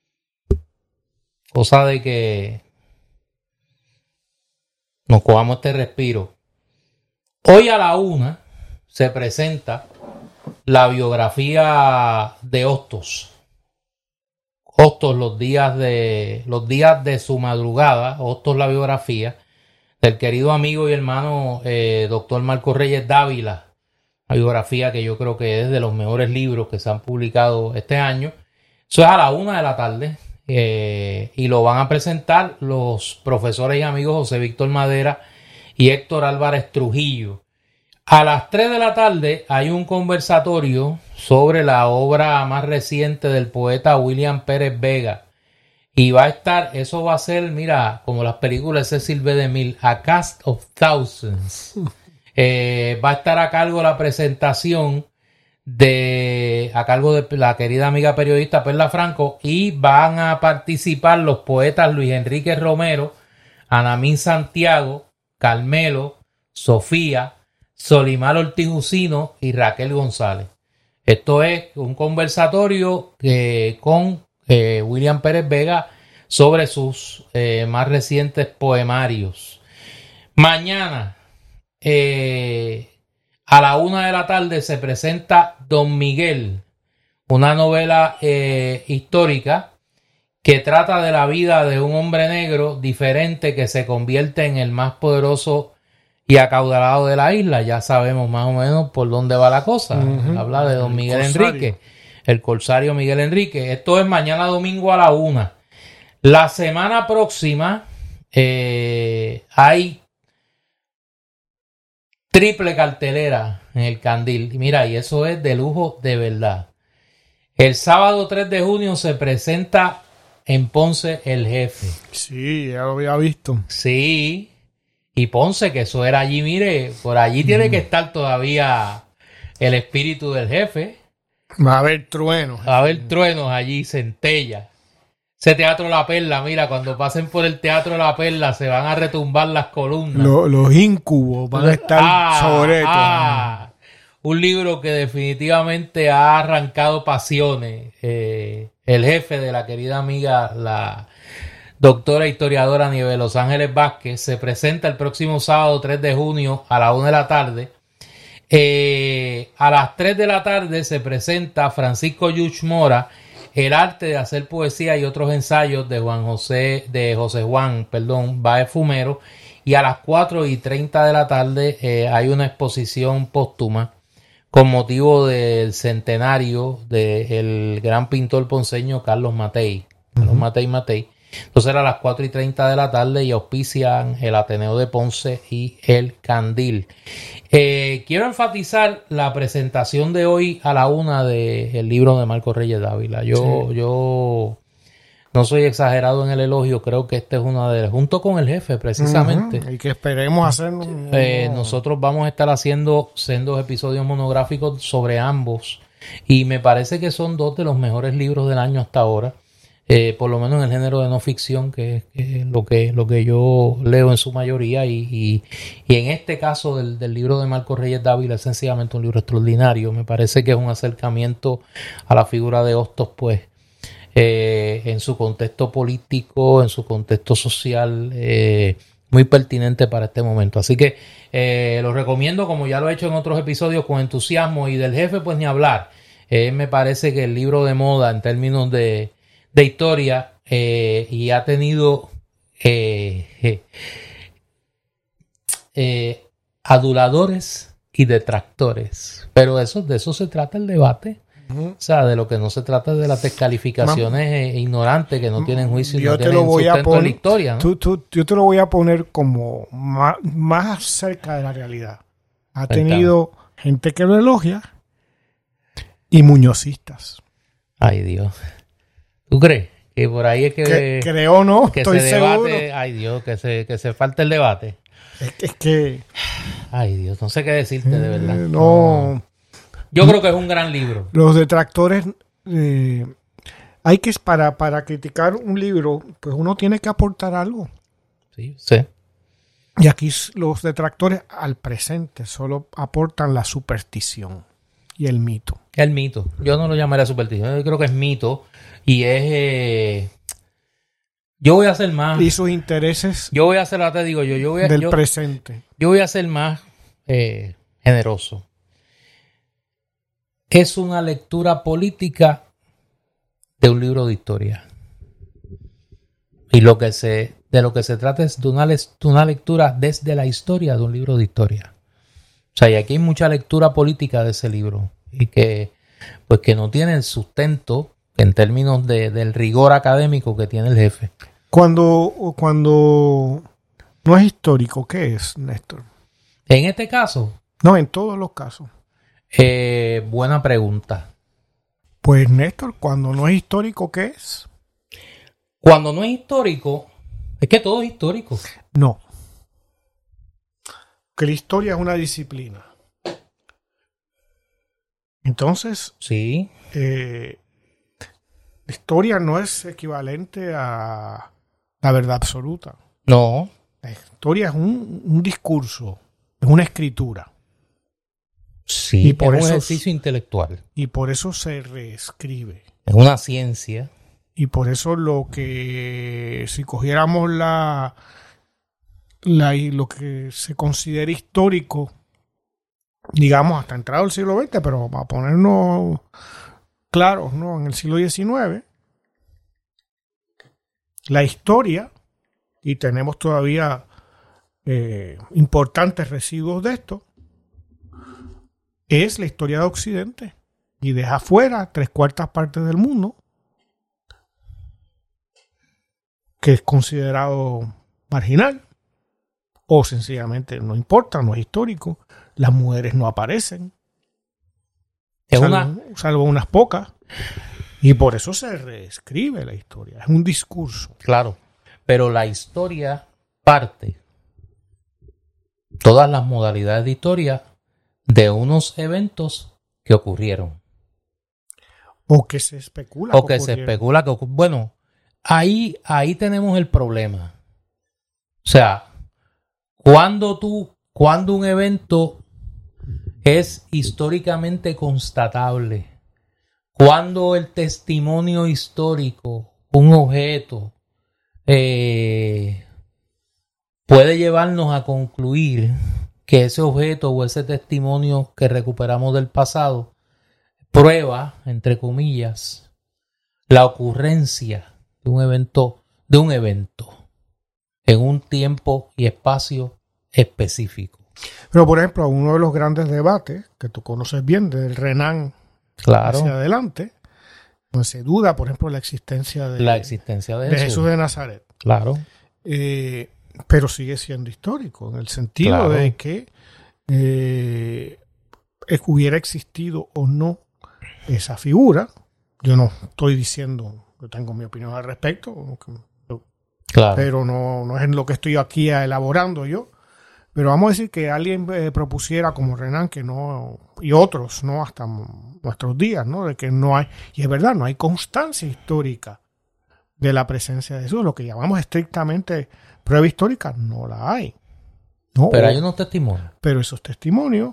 Cosa de que nos cojamos este respiro. Hoy a la 1 se presenta la biografía de Hostos. Hostos, los días de su madrugada. Hostos, la biografía del querido amigo y hermano doctor Marco Reyes Dávila. Una biografía que yo creo que es de los mejores libros que se han publicado este año. Eso es a la 1 de la tarde. Y lo van a presentar los profesores y amigos José Víctor Madera y Héctor Álvarez Trujillo. A las 3 de la tarde hay un conversatorio sobre la obra más reciente del poeta William Pérez Vega. Y va a estar, eso va a ser, mira, como las películas de Cecil B. DeMille, A Cast of Thousands. Va a estar a cargo la presentación a cargo de la querida amiga periodista Perla Franco, y van a participar los poetas Luis Enrique Romero, Anamín Santiago, Carmelo, Sofía, Solimar Ortiz Jusino y Raquel González. Esto es un conversatorio con William Pérez Vega sobre sus más recientes poemarios. Mañana a la 1 de la tarde se presenta Don Miguel, una novela histórica que trata de la vida de un hombre negro diferente que se convierte en el más poderoso y acaudalado de la isla. Ya sabemos más o menos por dónde va la cosa. Habla de Don Miguel Enrique, el corsario Miguel Enrique. Esto es mañana domingo a la 1. La semana próxima hay triple cartelera en el Candil. Y mira, y eso es de lujo de verdad. El sábado 3 de junio se presenta en Ponce el Jefe. Sí, ya lo había visto. Sí, y Ponce, que eso era allí, mire, por allí tiene que estar todavía el espíritu del Jefe. Va a haber truenos. Va a haber truenos allí, centellas. Ese Teatro La Perla, mira, cuando pasen por el Teatro La Perla se van a retumbar las columnas. Los incubos van a estar sobre esto. Un libro que definitivamente ha arrancado pasiones. El Jefe, de la querida amiga, la doctora historiadora Nieves Los Ángeles Vázquez, se presenta el próximo sábado 3 de junio a la 1 de la tarde. A las 3 de la tarde se presenta Francisco Yuch Mora, El arte de hacer poesía y otros ensayos, de José Juan Báez Fumero. Y a las 4:30 de la tarde hay una exposición póstuma con motivo del centenario del gran pintor ponceño Carlos Matei. Carlos Matei. Entonces era a las 4:30 de la tarde y auspician el Ateneo de Ponce y el Candil. Quiero enfatizar la presentación de hoy a la 1 del libro de Marcos Reyes Dávila. Yo no soy exagerado en el elogio, creo que este es una de, junto con el Jefe precisamente. Y que esperemos hacer nosotros vamos a estar haciendo sendos episodios monográficos sobre ambos, y me parece que son dos de los mejores libros del año hasta ahora. Por lo menos en el género de no ficción, que es lo que yo leo en su mayoría, y en este caso del libro de Marcos Reyes Dávila es sencillamente un libro extraordinario. Me parece que es un acercamiento a la figura de Hostos, pues en su contexto político, en su contexto social, muy pertinente para este momento. Así que lo recomiendo, como ya lo he hecho en otros episodios, con entusiasmo. Y del Jefe, pues ni hablar. Me parece que el libro de moda en términos de historia, y ha tenido aduladores y detractores, pero de eso se trata el debate. O sea, de lo que no se trata es de las descalificaciones ignorantes que no tienen juicio y no tienen sustento en la historia, ¿no? Yo te lo voy a poner como más cerca de la realidad. Ha tenido gente que lo elogia y muñozistas. Ay, Dios. ¿Tú crees? Que por ahí es que creo, no, que estoy se debate, seguro. ay Dios, que se falta el debate. Es que ay Dios, no sé qué decirte, de verdad. No. Yo creo que es un gran libro. Los detractores, hay que, para criticar un libro, pues uno tiene que aportar algo. Sí. Y aquí los detractores al presente solo aportan la superstición y el mito. El mito. Yo no lo llamaría superstición. Yo creo que es mito. Y es... yo voy a hacer más... Y sus intereses yo voy a hacer, te digo yo, presente. Yo voy a ser más generoso. Es una lectura política de un libro de historia. Y de lo que se trata es de una lectura desde la historia de un libro de historia. O sea, y aquí hay mucha lectura política de ese libro. Y que no tiene el sustento en términos del rigor académico que tiene el Jefe. Cuando no es histórico, ¿qué es, Néstor? En este caso. No, en todos los casos. Buena pregunta. Pues, Néstor, cuando no es histórico, ¿qué es? Cuando no es histórico, es que todo es histórico. No. Que la historia es una disciplina. Entonces, sí. La historia no es equivalente a la verdad absoluta. No. La historia es un discurso, es una escritura. Sí, y por es un ejercicio intelectual. Y por eso se reescribe. Es una ciencia. Y por eso lo que, si cogiéramos lo que se considera histórico, digamos hasta entrado el siglo XX, pero para ponernos claros, ¿no? En el siglo XIX, la historia, y tenemos todavía importantes residuos de esto, es la historia de Occidente, y deja fuera 3/4 partes del mundo que es considerado marginal o sencillamente no importa, no es histórico. Las mujeres no aparecen, salvo unas pocas. Y por eso se reescribe la historia. Es un discurso. Claro. Pero la historia parte, todas las modalidades de historia, de unos eventos que ocurrieron. O que se especula. O que se especula que ocurrieron. Bueno, ahí tenemos el problema. O sea, cuando un evento es históricamente constatable, cuando el testimonio histórico, un objeto, puede llevarnos a concluir que ese objeto o ese testimonio que recuperamos del pasado prueba, entre comillas, la ocurrencia de un evento en un tiempo y espacio específico. Pero, por ejemplo, uno de los grandes debates que tú conoces bien, del Renan hacia adelante, no se duda, por ejemplo, la existencia de Jesús de Nazaret. Claro. Pero sigue siendo histórico, en el sentido de que hubiera existido o no esa figura. Yo no estoy diciendo, yo tengo mi opinión al respecto, pero no es lo que estoy aquí elaborando yo. Pero vamos a decir que alguien propusiera como Renan que no, y otros, no hasta nuestros días, ¿no? De que no hay, y es verdad, no hay constancia histórica de la presencia de Jesús. Lo que llamamos estrictamente prueba histórica, no la hay. ¿No? Pero hay unos testimonios. Pero esos testimonios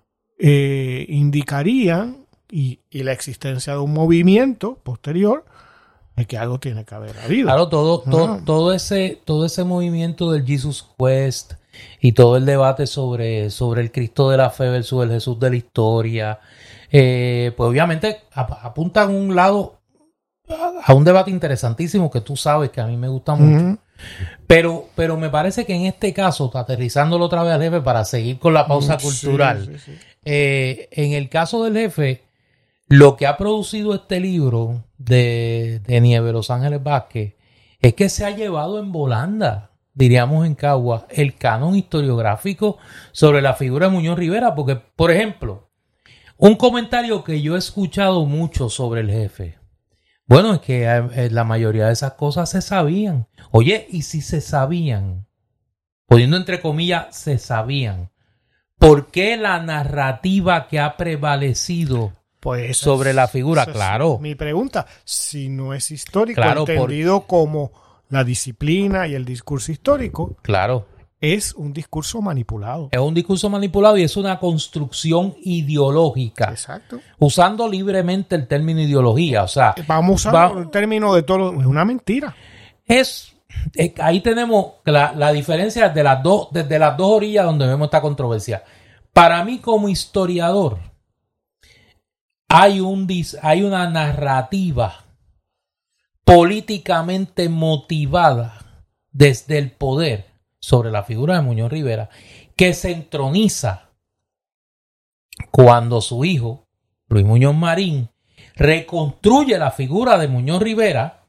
indicarían, y la existencia de un movimiento posterior, de que algo tiene que haber habido. Claro, todo ese movimiento del Jesus Quest y todo el debate sobre el Cristo de la fe versus el Jesús de la historia, pues obviamente apunta a un lado a un debate interesantísimo que tú sabes que a mí me gusta mucho. Pero me parece que en este caso, aterrizándolo otra vez al jefe para seguir con la pausa cultural, sí. En el caso del jefe, lo que ha producido este libro de Nieves Los Ángeles Vázquez es que se ha llevado en volanda, diríamos en Cagua, el canon historiográfico sobre la figura de Muñoz Rivera. Porque, por ejemplo, un comentario que yo he escuchado mucho sobre el jefe, bueno, es que la mayoría de esas cosas se sabían. Oye, y si se sabían, poniendo entre comillas, se sabían, ¿por qué la narrativa que ha prevalecido pues sobre la figura? Claro. Mi pregunta, si no es histórico, entendido como la disciplina y el discurso histórico, claro, es un discurso manipulado. Es un discurso manipulado y es una construcción ideológica. Exacto. Usando libremente el término ideología. O sea, vamos a usar el término de todo. Es una mentira. Ahí tenemos la diferencia desde las dos orillas donde vemos esta controversia. Para mí, como historiador, hay una narrativa políticamente motivada desde el poder sobre la figura de Muñoz Rivera, que se entroniza cuando su hijo, Luis Muñoz Marín, reconstruye la figura de Muñoz Rivera,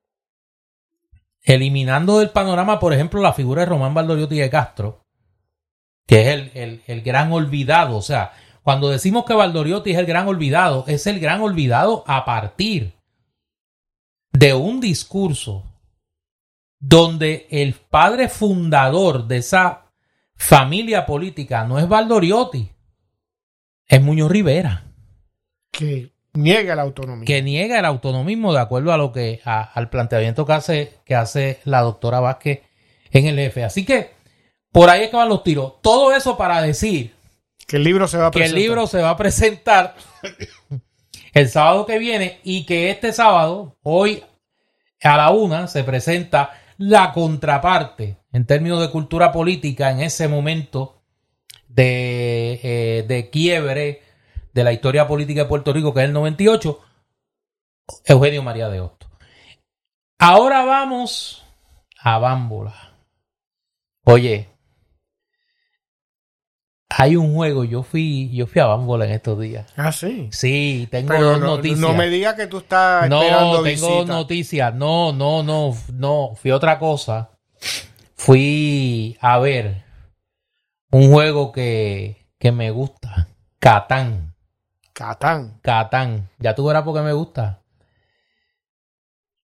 eliminando del panorama, por ejemplo, la figura de Román Valdoriotti de Castro, que es el gran olvidado. O sea, cuando decimos que Valdoriotti es el gran olvidado, es el gran olvidado a partir de un discurso donde el padre fundador de esa familia política no es Valdoriotti, es Muñoz Rivera. Que niega la autonomía. Que niega el autonomismo de acuerdo a lo que al planteamiento que hace la doctora Vázquez en el jefe. Así que por ahí es que van los tiros. Todo eso para decir que el libro se va a presentar el sábado que viene, y que este sábado, hoy a la 1, se presenta la contraparte en términos de cultura política en ese momento de quiebre de la historia política de Puerto Rico, que es el 98, Eugenio María de Hostos. Ahora vamos a Bámbola. Oye, hay un juego, yo fui a Bámbola en estos días. Ah, sí. Sí, tengo pero dos noticias. No me digas que tú estás esperando visita. No, tengo noticias. No, fui a otra cosa. Fui a ver un juego que me gusta. Catán. Catán. Ya tú verás por qué me gusta.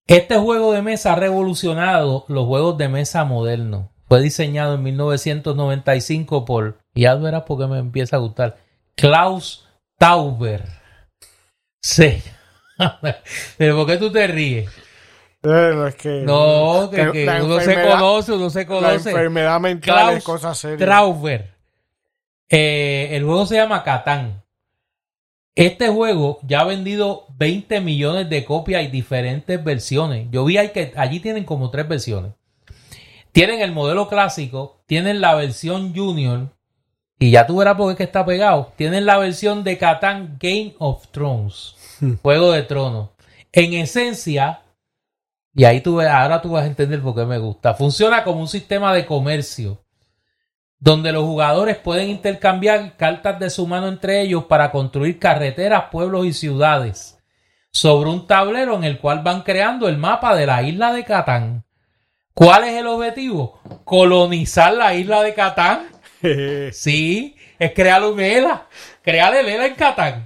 Este juego de mesa ha revolucionado los juegos de mesa modernos. Fue diseñado en 1995 por, y ya verás por qué me empieza a gustar, Klaus Tauber. Sí. ¿Pero por qué tú te ríes? Es que, no, que uno se conoce. La enfermedad mental Klaus es cosa seria. Tauber. El juego se llama Catán. Este juego ya ha vendido 20 millones de copias y diferentes versiones. Yo vi que allí tienen como 3 versiones. Tienen el modelo clásico, tienen la versión Junior, y ya tú verás por qué es que está pegado. Tienen la versión de Catán Game of Thrones, Juego de Tronos. En esencia, y ahí ahora tú vas a entender por qué me gusta, funciona como un sistema de comercio, donde los jugadores pueden intercambiar cartas de su mano entre ellos para construir carreteras, pueblos y ciudades sobre un tablero en el cual van creando el mapa de la isla de Catán. ¿Cuál es el objetivo? Colonizar la isla de Catán. Sí, es crear un ELA. Crear el ELA en Catán.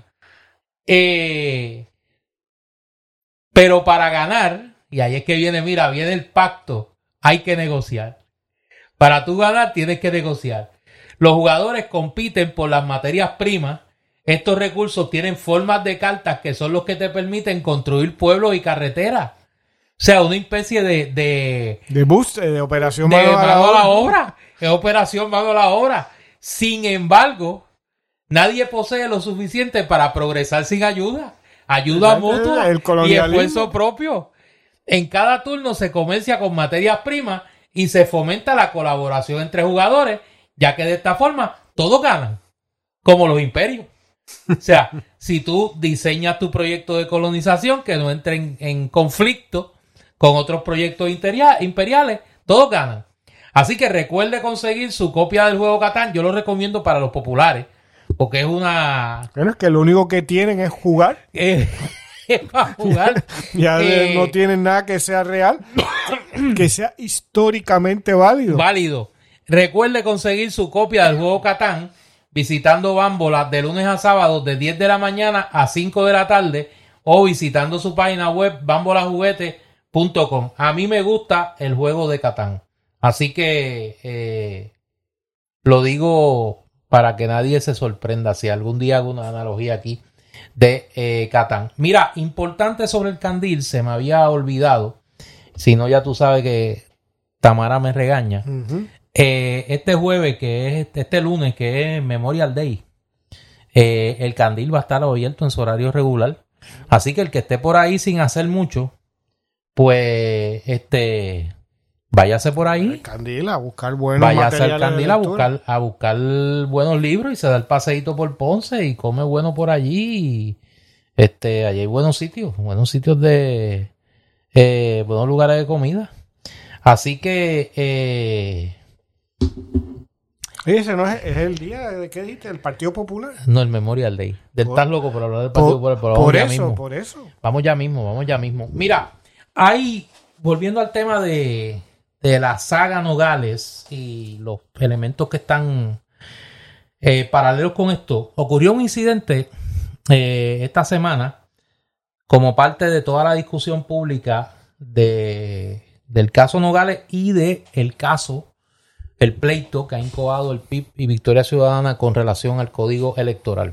Pero para ganar, y ahí es que viene el pacto, hay que negociar. Para tú ganar tienes que negociar. Los jugadores compiten por las materias primas. Estos recursos tienen formas de cartas que son los que te permiten construir pueblos y carreteras. O sea, una especie de boost, de operación mano a la obra. Es operación mano a la obra. Sin embargo, nadie posee lo suficiente para progresar sin ayuda. Ayuda mutua y esfuerzo propio. En cada turno se comercia con materias primas y se fomenta la colaboración entre jugadores, ya que de esta forma todos ganan, como los imperios. O sea, si tú diseñas tu proyecto de colonización que no entre en conflicto con otros proyectos imperiales, todos ganan. Así que recuerde conseguir su copia del juego Catán. Yo lo recomiendo para los populares, porque es una... Bueno, es que lo único que tienen es jugar. Es para jugar. Ya no tienen nada que sea real, que sea históricamente válido. Recuerde conseguir su copia del juego Catán visitando Bambola de lunes a sábado de 10 de la mañana a 5 de la tarde o visitando su página web bambolajuguete.com. A mí me gusta el juego de Catán. Así que lo digo para que nadie se sorprenda si algún día hago una analogía aquí de Catán. Mira, importante sobre el candil, se me había olvidado. Si no, ya tú sabes que Tamara me regaña. Uh-huh. Este jueves, que es este lunes, que es Memorial Day, el candil va a estar abierto en su horario regular. Así que el que esté por ahí sin hacer mucho, pues váyase por ahí. El candil a buscar buenos materiales. Váyase al candil a buscar buenos libros y se da el paseíto por Ponce y come bueno por allí. Allí hay buenos sitios de buenos lugares de comida. Así que Oye, ese no es el día de qué dijiste, el Partido Popular. No, el Memorial Day. Estás loco por hablar del Partido Popular, pero vamos ya mismo. Por eso. Vamos ya mismo. Mira, ahí, volviendo al tema de la saga Nogales y los elementos que están paralelos con esto, ocurrió un incidente esta semana como parte de toda la discusión pública del caso Nogales y el pleito que ha incubado el PIB y Victoria Ciudadana con relación al código electoral.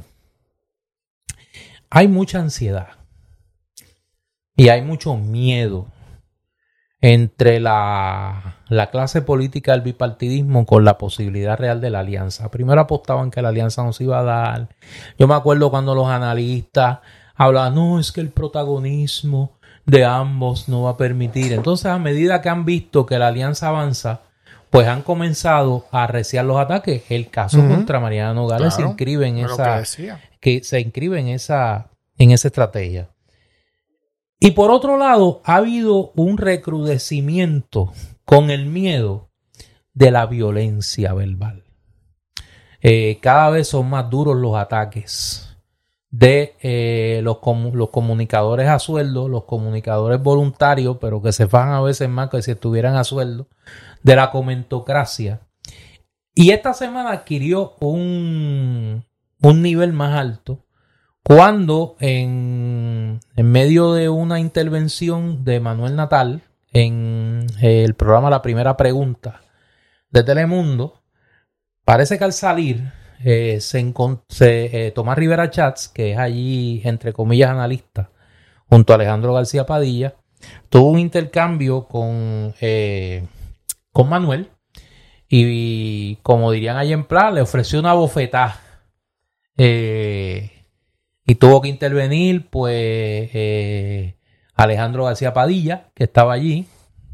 Hay mucha ansiedad y hay mucho miedo entre la clase política del bipartidismo con la posibilidad real de la alianza. Primero apostaban que la alianza no se iba a dar. Yo me acuerdo cuando los analistas hablaban, no, es que el protagonismo de ambos no va a permitir. Entonces, a medida que han visto que la alianza avanza, pues han comenzado a arreciar los ataques. El caso contra Mariana Nogales se inscribe en esa estrategia. Y por otro lado, ha habido un recrudecimiento con el miedo de la violencia verbal. Cada vez son más duros los ataques de los comunicadores a sueldo, los comunicadores voluntarios, pero que se fan a veces más que si estuvieran a sueldo, de la comentocracia. Y esta semana adquirió un nivel más alto cuando en medio de una intervención de Manuel Natal en el programa La Primera Pregunta de Telemundo, parece que al salir Tomás Rivera Chats, que es allí, entre comillas, analista, junto a Alejandro García Padilla, tuvo un intercambio con Manuel y, como dirían allí en Pla, le ofreció una bofetada. Y tuvo que intervenir, pues, Alejandro García Padilla, que estaba allí.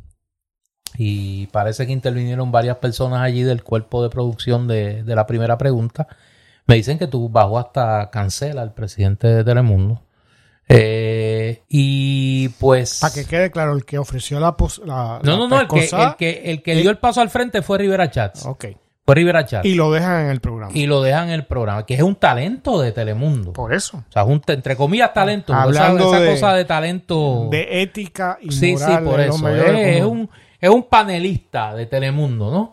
Y parece que intervinieron varias personas allí del cuerpo de producción de La Primera Pregunta. Me dicen que tú bajó hasta Cancela, el presidente de Telemundo. Y pues... Para que quede claro, el que ofreció la el que dio el paso al frente fue Rivera Chats. Ok. Fue Rivera Chats. Y lo dejan en el programa. Que es un talento de Telemundo. Por eso. O sea, entre comillas, talento. Hablando esa cosa de talento. De ética y sí, moral. Sí, por eso. Es un panelista de Telemundo, ¿no?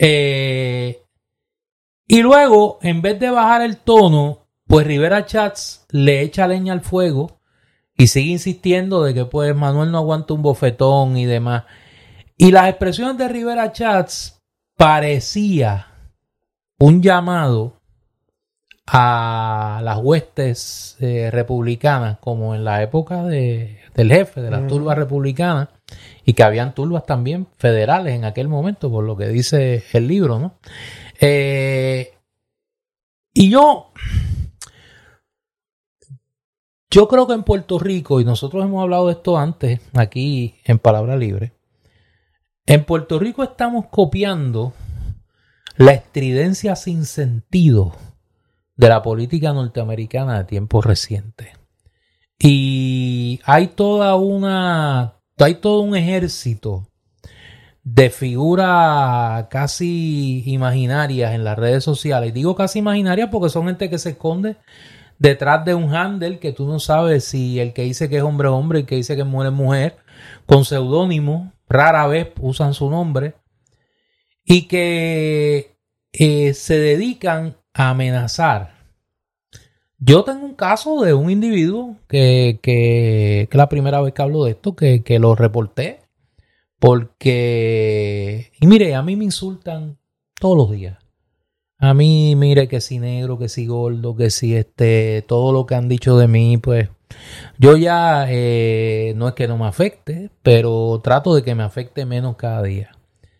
Y luego, en vez de bajar el tono, pues Rivera Chats le echa leña al fuego y sigue insistiendo de que pues Manuel no aguanta un bofetón y demás. Y las expresiones de Rivera Chats parecía un llamado a las huestes republicanas, como en la época del jefe de las turbas republicanas, y que habían turbas también federales en aquel momento, por lo que dice el libro, ¿no? Y yo creo que en Puerto Rico, y nosotros hemos hablado de esto antes aquí en Palabra Libre, en Puerto Rico estamos copiando la estridencia sin sentido de la política norteamericana de tiempos recientes. Y hay todo un ejército de figuras casi imaginarias en las redes sociales. Digo casi imaginarias porque son gente que se esconde detrás de un handle que tú no sabes si el que dice que es hombre es hombre y el que dice que es mujer es mujer, con seudónimo, rara vez usan su nombre, y que se dedican a amenazar. Yo tengo un caso de un individuo que es la primera vez que hablo de esto, que lo reporté, porque, y mire, a mí me insultan todos los días. A mí, mire, que si negro, que si gordo, que si todo lo que han dicho de mí, pues yo ya no es que no me afecte, pero trato de que me afecte menos cada día.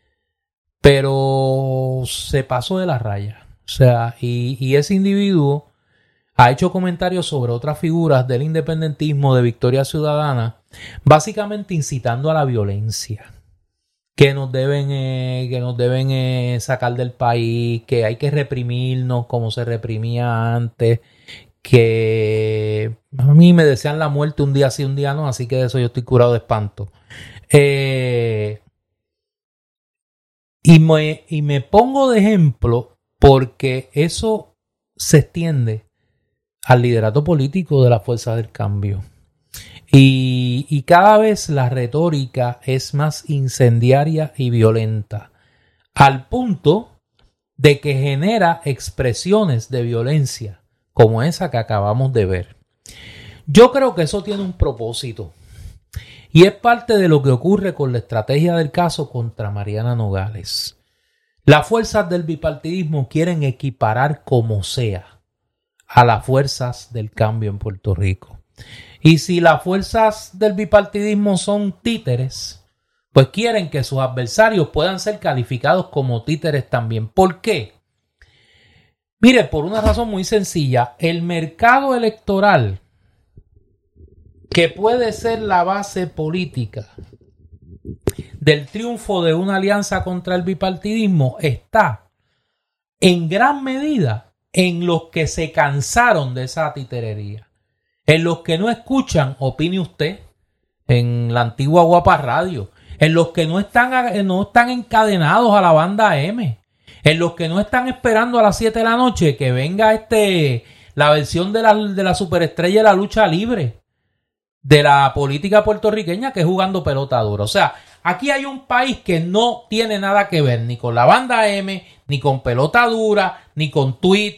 Pero se pasó de la raya. O sea, y ese individuo ha hecho comentarios sobre otras figuras del independentismo, de Victoria Ciudadana, básicamente incitando a la violencia. Que nos deben sacar del país, que hay que reprimirnos como se reprimía antes, que a mí me desean la muerte un día sí, un día no, así que de eso yo estoy curado de espanto. Y me pongo de ejemplo porque eso se extiende al liderato político de las fuerzas del cambio. Y cada vez la retórica es más incendiaria y violenta, al punto de que genera expresiones de violencia como esa que acabamos de ver. Yo creo que eso tiene un propósito y es parte de lo que ocurre con la estrategia del caso contra Mariana Nogales. Las fuerzas del bipartidismo quieren equiparar como sea a las fuerzas del cambio en Puerto Rico. Y si las fuerzas del bipartidismo son títeres, pues quieren que sus adversarios puedan ser calificados como títeres también. ¿Por qué? Mire, por una razón muy sencilla. El mercado electoral, que puede ser la base política del triunfo de una alianza contra el bipartidismo, está en gran medida en los que se cansaron de esa titerería. En los que no escuchan, opine usted, en la antigua Guapa Radio. En los que no están encadenados a la banda M. En los que no están esperando a las 7 de la noche que venga la versión de la superestrella de la lucha libre. De la política puertorriqueña, que es jugando pelota dura. O sea, aquí hay un país que no tiene nada que ver ni con la banda M, ni con pelota dura, ni con Twitter,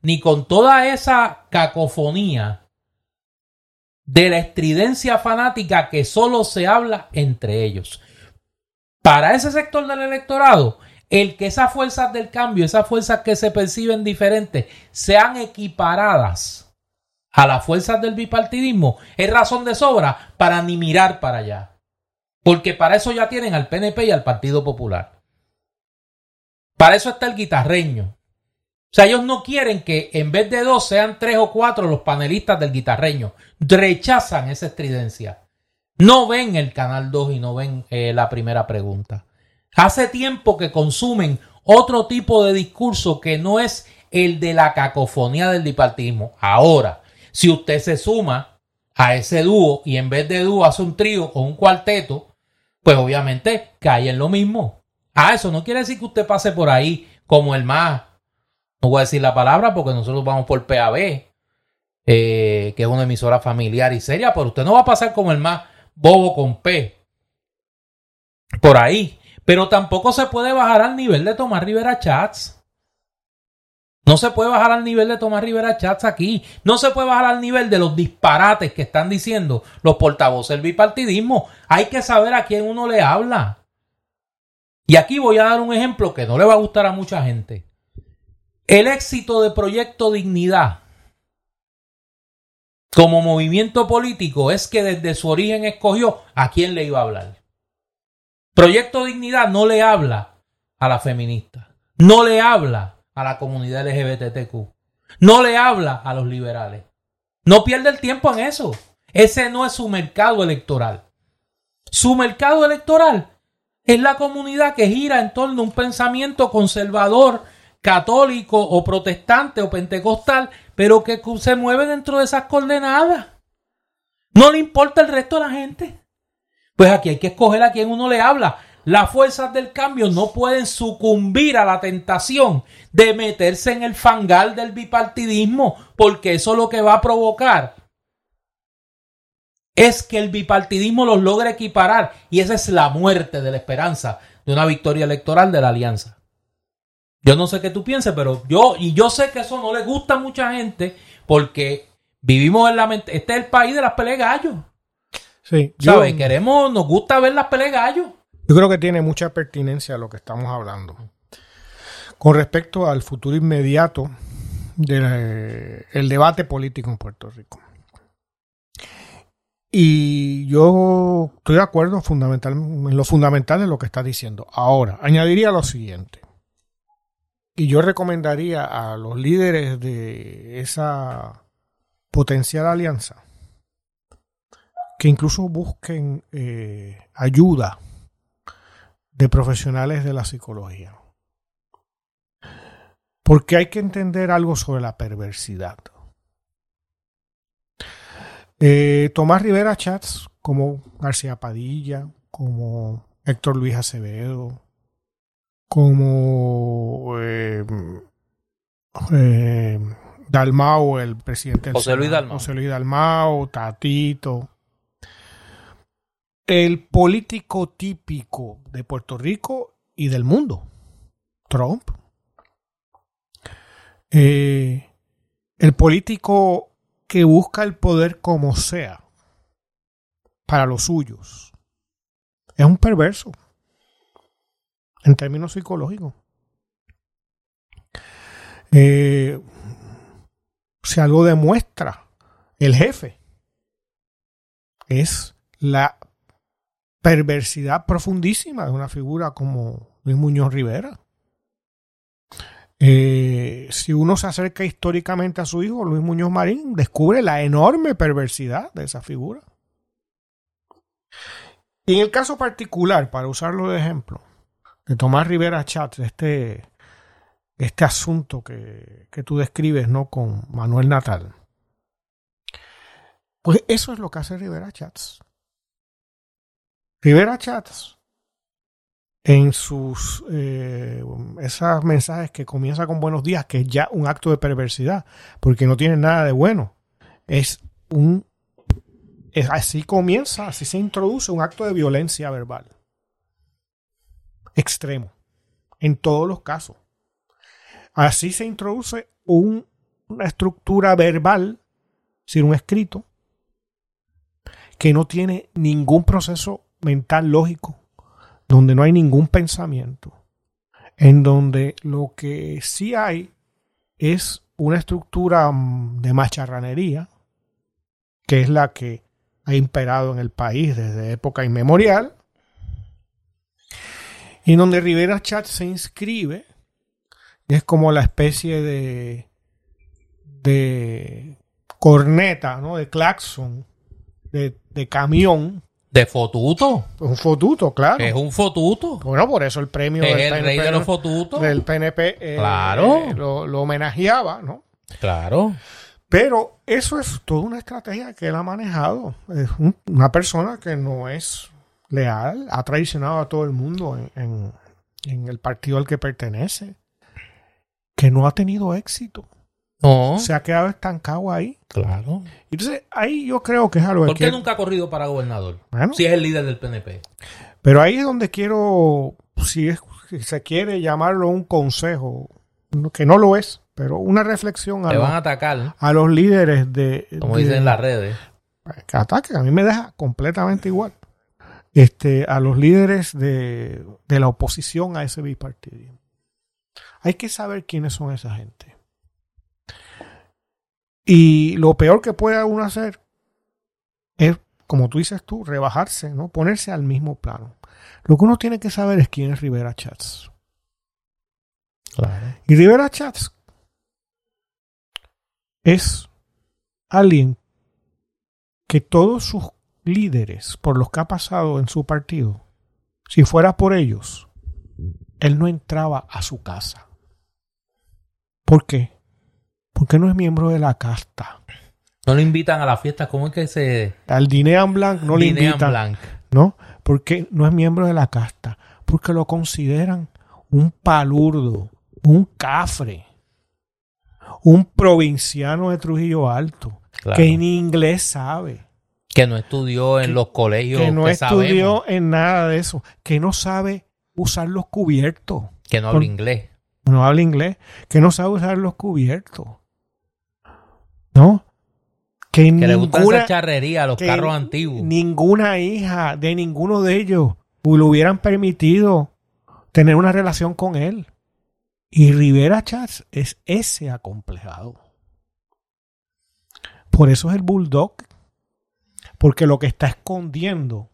ni con toda esa cacofonía de la estridencia fanática que solo se habla entre ellos. Para ese sector del electorado, el que esas fuerzas del cambio, esas fuerzas que se perciben diferentes, sean equiparadas a las fuerzas del bipartidismo, es razón de sobra para ni mirar para allá. Porque para eso ya tienen al PNP y al Partido Popular. Para eso está el guitarreño. O sea, ellos no quieren que en vez de 2 sean 3 o 4 los panelistas del guitarreño. Rechazan esa estridencia. No ven el Canal 2 y no ven la primera pregunta. Hace tiempo que consumen otro tipo de discurso que no es el de la cacofonía del bipartidismo. Ahora, si usted se suma a ese dúo y en vez de dúo hace un trío o un cuarteto, pues obviamente cae en lo mismo. Eso no quiere decir que usted pase por ahí como el más, no voy a decir la palabra porque nosotros vamos por PAB, que es una emisora familiar y seria, pero usted no va a pasar como el más bobo con P por ahí. Pero tampoco se puede bajar al nivel de Tomás Rivera Chats. No se puede bajar al nivel de Tomás Rivera Chats aquí. No se puede bajar al nivel de los disparates que están diciendo los portavoces del bipartidismo. Hay que saber a quién uno le habla. Y aquí voy a dar un ejemplo que no le va a gustar a mucha gente. El éxito de Proyecto Dignidad como movimiento político es que desde su origen escogió a quién le iba a hablar. Proyecto Dignidad no le habla a la feminista, no le habla a la comunidad LGBTQ, no le habla a los liberales. No pierde el tiempo en eso. Ese no es su mercado electoral. Su mercado electoral es la comunidad que gira en torno a un pensamiento conservador, católico o protestante o pentecostal, pero que se mueve dentro de esas coordenadas. No le importa el resto de la gente. Pues aquí hay que escoger a quién uno le habla. Las fuerzas del cambio no pueden sucumbir a la tentación de meterse en el fangal del bipartidismo, porque eso lo que va a provocar es que el bipartidismo los logre equiparar, y esa es la muerte de la esperanza de una victoria electoral de la alianza. Yo no sé qué tú pienses, pero yo sé que eso no le gusta a mucha gente, porque vivimos en este es el país de las peleas de gallos. Sí, ¿sabes? Nos gusta ver las peleas de gallos. Yo creo que tiene mucha pertinencia lo que estamos hablando. Con respecto al futuro inmediato del debate político en Puerto Rico. Y yo estoy de acuerdo en lo fundamental de lo que estás diciendo. Ahora, añadiría lo siguiente. Y yo recomendaría a los líderes de esa potencial alianza que incluso busquen ayuda de profesionales de la psicología. Porque hay que entender algo sobre la perversidad. Tomás Rivera Chats, como García Padilla, como Héctor Luis Acevedo, como Dalmau, el presidente del José Luis Dalmau. José Luis Dalmau, Tatito. El político típico de Puerto Rico y del mundo, Trump. El político que busca el poder como sea para los suyos. Es un perverso en términos psicológicos. Si algo demuestra el jefe, es la perversidad profundísima de una figura como Luis Muñoz Rivera. Si uno se acerca históricamente a su hijo, Luis Muñoz Marín, descubre la enorme perversidad de esa figura. Y en el caso particular, para usarlo de ejemplo, de Tomás Rivera Chats, este asunto que tú describes, ¿no?, con Manuel Natal, pues eso es lo que hace Rivera Chats. Rivera Chats, en sus esos mensajes que comienza con buenos días, que es ya un acto de perversidad, porque no tiene nada de bueno. Así comienza, así se introduce un acto de violencia verbal. Extremo. En todos los casos. Así se introduce un una estructura verbal, sin un escrito, que no tiene ningún proceso mental lógico, donde no hay ningún pensamiento, en donde lo que sí hay es una estructura de macharranería, que es la que ha imperado en el país desde época inmemorial, y en donde Rivera Schatz se inscribe, y es como la especie de corneta, ¿no? De claxon, de camión. ¿De fotuto? Un fotuto, claro. Es un fotuto. Bueno, por eso el premio Es del el PNP, rey de los fotutos. del PNP Claro. Lo homenajeaba, ¿no? Claro. Pero eso es toda una estrategia que él ha manejado. Es una persona que no es leal, ha traicionado a todo el mundo en el partido al que pertenece, que no ha tenido éxito. No. Se ha quedado estancado ahí. Claro. Entonces, ahí yo creo que es algo ¿Por que qué nunca ha corrido para gobernador? Bueno. Si es el líder del PNP. Pero ahí es donde quiero, si se quiere llamarlo un consejo, que no lo es, pero una reflexión Te van a atacar, a los líderes como dicen en las redes. Que ataquen, a mí me deja completamente igual. A los líderes de la oposición a ese bipartidismo. Hay que saber quiénes son esa gente. Y lo peor que puede uno hacer es, como tú dices tú, rebajarse, ¿no? Ponerse al mismo plano. Lo que uno tiene que saber es quién es Rivera Schatz. Claro. Y Rivera Schatz es alguien que todos sus líderes, por los que ha pasado en su partido, si fuera por ellos, él no entraba a su casa. ¿Por qué? Porque no es miembro de la casta. No lo invitan a la fiesta. ¿Cómo es que se...? Al Diner en Blanc no le Diner en invitan. Blanc. ¿No? Porque no es miembro de la casta. Porque lo consideran un palurdo, un cafre, un provinciano de Trujillo Alto, Claro. que ni inglés sabe, Que no estudió en los colegios que no estudió sabemos, en nada de eso, que no sabe usar los cubiertos. que no habla inglés. No habla inglés, que no sabe usar los cubiertos. ¿No? Que le gusta esa charrería a los que carros antiguos. Ninguna hija de ninguno de ellos le hubieran permitido tener una relación con él. Y Rivera Schatz es ese acomplejado. Por eso es el bulldog. Porque lo que está escondiendo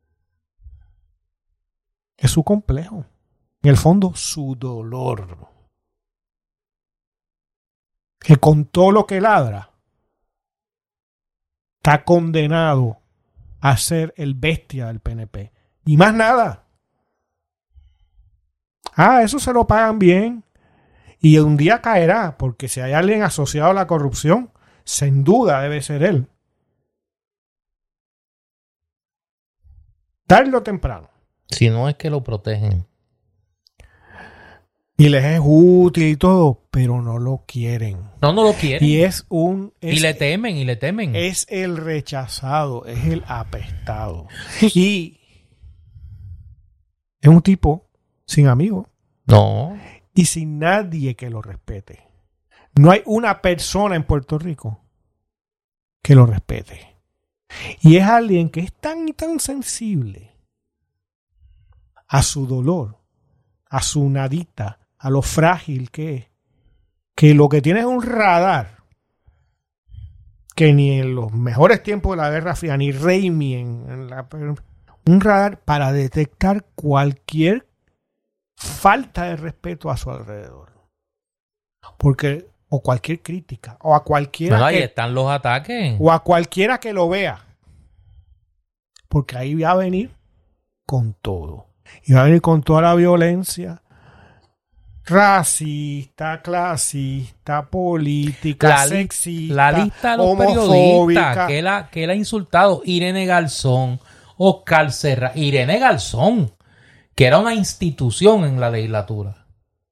es su complejo. En el fondo, su dolor. Que con todo lo que ladra, está condenado a ser el bestia del PNP. Y más nada. Eso se lo pagan bien. Y un día caerá, porque si hay alguien asociado a la corrupción, sin duda debe ser él. Tarde o temprano. Si no es que lo protegen. Y les es útil y todo, pero no lo quieren. No lo quieren. Y y le temen. Es el rechazado, es el apestado. Y es un tipo sin amigos. No. Y sin nadie que lo respete. No hay una persona en Puerto Rico que lo respete. Y es alguien que es tan y tan sensible a su dolor, a su nadita, a lo frágil que es, que lo que tiene es un radar que ni en los mejores tiempos de la Guerra Fría, ni Raimi un radar para detectar cualquier falta de respeto a su alrededor. Porque, o cualquier crítica, o a cualquiera bueno, ahí están los ataques. o a cualquiera que lo vea. Porque ahí va a venir con todo. Y va a venir con toda la violencia racista, clasista, política, sexista, la lista de los periodistas que él ha insultado. Irene Garzón, Oscar Serrano. Irene Garzón, que era una institución en la legislatura.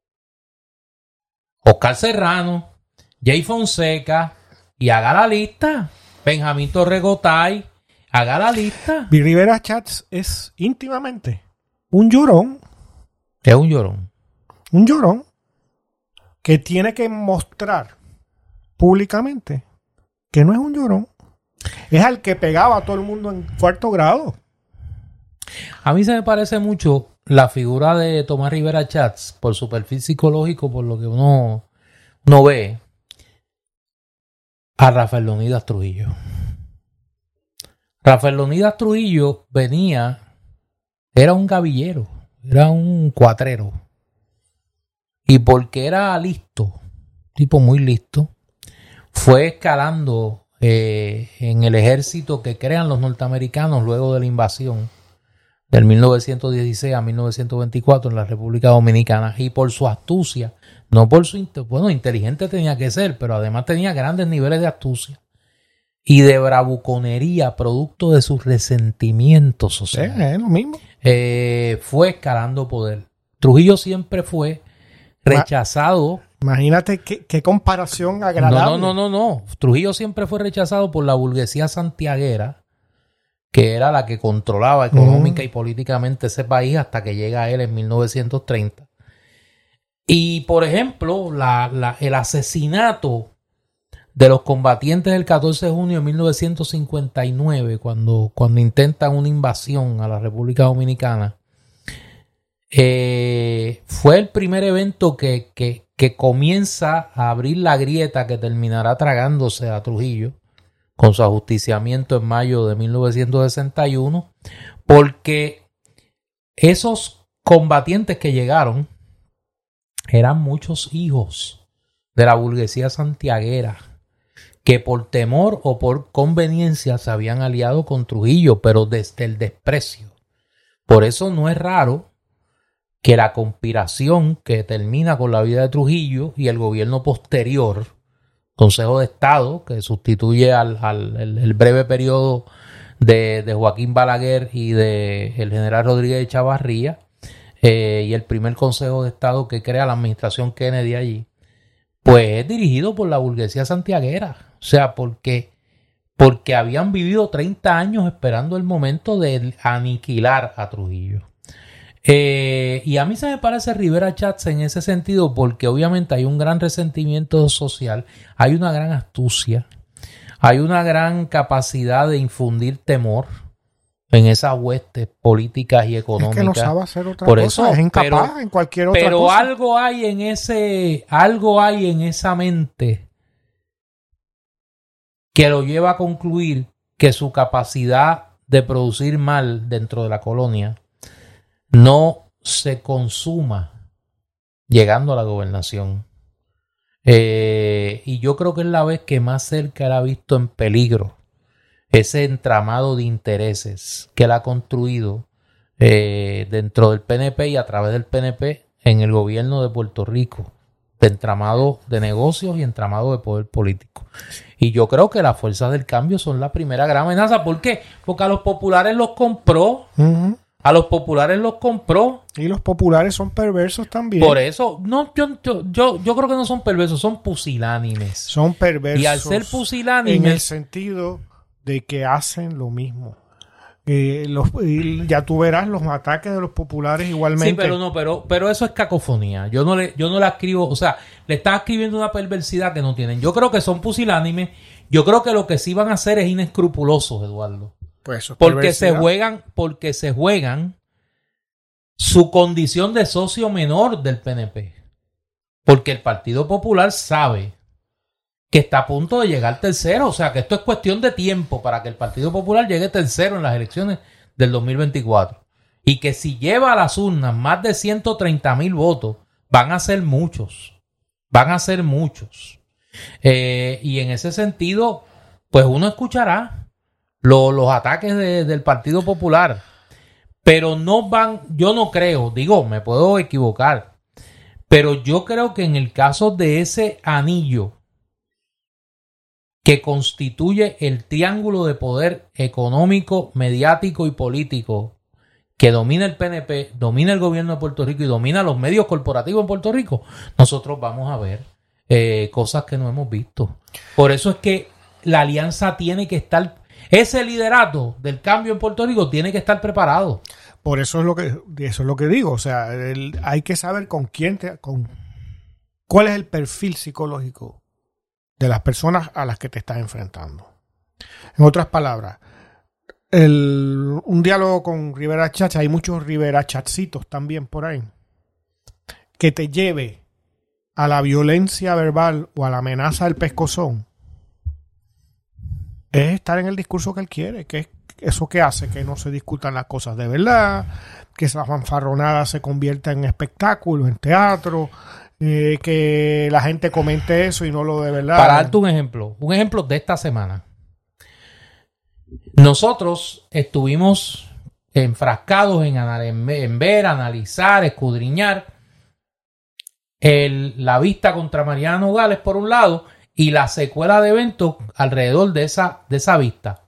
Oscar Serrano, Jay Fonseca, y haga la lista. Benjamín Torregotay, haga la lista. Y Rivera Schatz es íntimamente un llorón. Es un llorón. Un llorón que tiene que mostrar públicamente que no es un llorón. Es al que pegaba a todo el mundo en cuarto grado. A mí se me parece mucho la figura de Tomás Rivera Chats, por su perfil psicológico, por lo que uno ve, a Rafael Leónidas Trujillo. Rafael Leónidas Trujillo era un gavillero, era un cuatrero. Y porque era listo, tipo muy listo, fue escalando en el ejército que crean los norteamericanos luego de la invasión del 1916 a 1924 en la República Dominicana, y por su astucia, no por su inteligente tenía que ser, pero además tenía grandes niveles de astucia y de bravuconería producto de sus resentimientos sociales. Es lo mismo. Fue escalando poder. Trujillo siempre fue rechazado. Imagínate qué comparación agradable. No. Trujillo siempre fue rechazado por la burguesía santiaguera, que era la que controlaba económica y políticamente ese país hasta que llega a él en 1930. Y, por ejemplo, el asesinato de los combatientes del 14 de junio de 1959, cuando intentan una invasión a la República Dominicana, fue el primer evento que comienza a abrir la grieta que terminará tragándose a Trujillo con su ajusticiamiento en mayo de 1961, porque esos combatientes que llegaron eran muchos hijos de la burguesía santiaguera que por temor o por conveniencia se habían aliado con Trujillo, pero desde el desprecio. Por eso no es raro que la conspiración que termina con la vida de Trujillo y el gobierno posterior, Consejo de Estado, que sustituye el breve periodo de Joaquín Balaguer y de el general Rodríguez de Chavarría, y el primer Consejo de Estado que crea la administración Kennedy allí, pues es dirigido por la burguesía santiaguera. O sea, porque habían vivido 30 años esperando el momento de aniquilar a Trujillo. Y a mí se me parece Rivera Chats en ese sentido, porque obviamente hay un gran resentimiento social, hay una gran astucia, hay una gran capacidad de infundir temor en esas huestes políticas y económicas. Es que no sabe hacer otra Por cosa, eso, es incapaz en cualquier otra pero cosa. algo hay en esa mente que lo lleva a concluir que su capacidad de producir mal dentro de la colonia no se consuma llegando a la gobernación. Y yo creo que es la vez que más cerca él ha visto en peligro ese entramado de intereses que él ha construido dentro del PNP y a través del PNP en el gobierno de Puerto Rico, de entramado de negocios y entramado de poder político. Y yo creo que las fuerzas del cambio son la primera gran amenaza. ¿Por qué? Porque a los populares los compró. A los populares los compró. Y los populares son perversos también. Por eso, no, yo creo que no son perversos, son pusilánimes. Son perversos. Y al ser pusilánimes, en el sentido de que hacen lo mismo. Ya tú verás los ataques de los populares igualmente. Sí, pero eso es cacofonía. Yo no la escribo, o sea, le estás escribiendo una perversidad que no tienen. Yo creo que son pusilánimes. Yo creo que lo que sí van a hacer es inescrupulosos, Eduardo. Pues eso es porque se juegan su condición de socio menor del PNP. Porque el Partido Popular sabe que está a punto de llegar tercero. O sea, que esto es cuestión de tiempo para que el Partido Popular llegue tercero en las elecciones del 2024. Y que si lleva a las urnas más de 130,000 votos, van a ser muchos. Y en ese sentido, pues uno escuchará los ataques del Partido Popular. Pero yo no creo, me puedo equivocar, pero yo creo que en el caso de ese anillo que constituye el triángulo de poder económico, mediático y político que domina el PNP, domina el gobierno de Puerto Rico y domina los medios corporativos en Puerto Rico, nosotros vamos a ver cosas que no hemos visto. Por eso es que la alianza tiene que estar, ese liderato del cambio en Puerto Rico tiene que estar preparado. Por eso es lo que digo. O sea, hay que saber con cuál es el perfil psicológico de las personas a las que te estás enfrentando. En otras palabras, un diálogo con Rivera Chat, hay muchos Rivera Chatcitos también por ahí, que te lleve a la violencia verbal o a la amenaza del pescozón, es estar en el discurso que él quiere, que es eso que hace que no se discutan las cosas de verdad, que esa fanfarronada se convierta en espectáculo, en teatro, que la gente comente eso y no lo de verdad. Para darte un ejemplo de esta semana. Nosotros estuvimos enfrascados en ver, analizar, escudriñar la vista contra Mariana Nogales por un lado y la secuela de eventos alrededor de esa vista.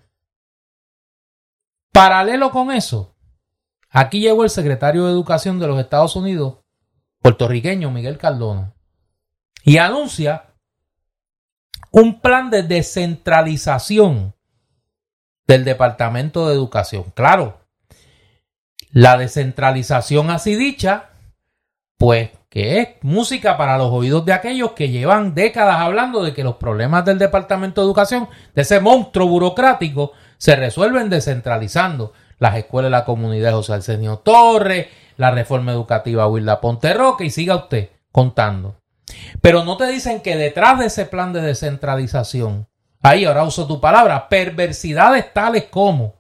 Paralelo con eso, aquí llegó el secretario de Educación de los Estados Unidos, puertorriqueño Miguel Cardona, y anuncia un plan de descentralización del Departamento de Educación. Claro, la descentralización así dicha, pues que es música para los oídos de aquellos que llevan décadas hablando de que los problemas del Departamento de Educación, de ese monstruo burocrático, se resuelven descentralizando las escuelas de la comunidad de José Arsenio Torres, la reforma educativa Wilda Ponte Roca y siga usted contando. Pero no te dicen que detrás de ese plan de descentralización, ahí ahora uso tu palabra, perversidades tales como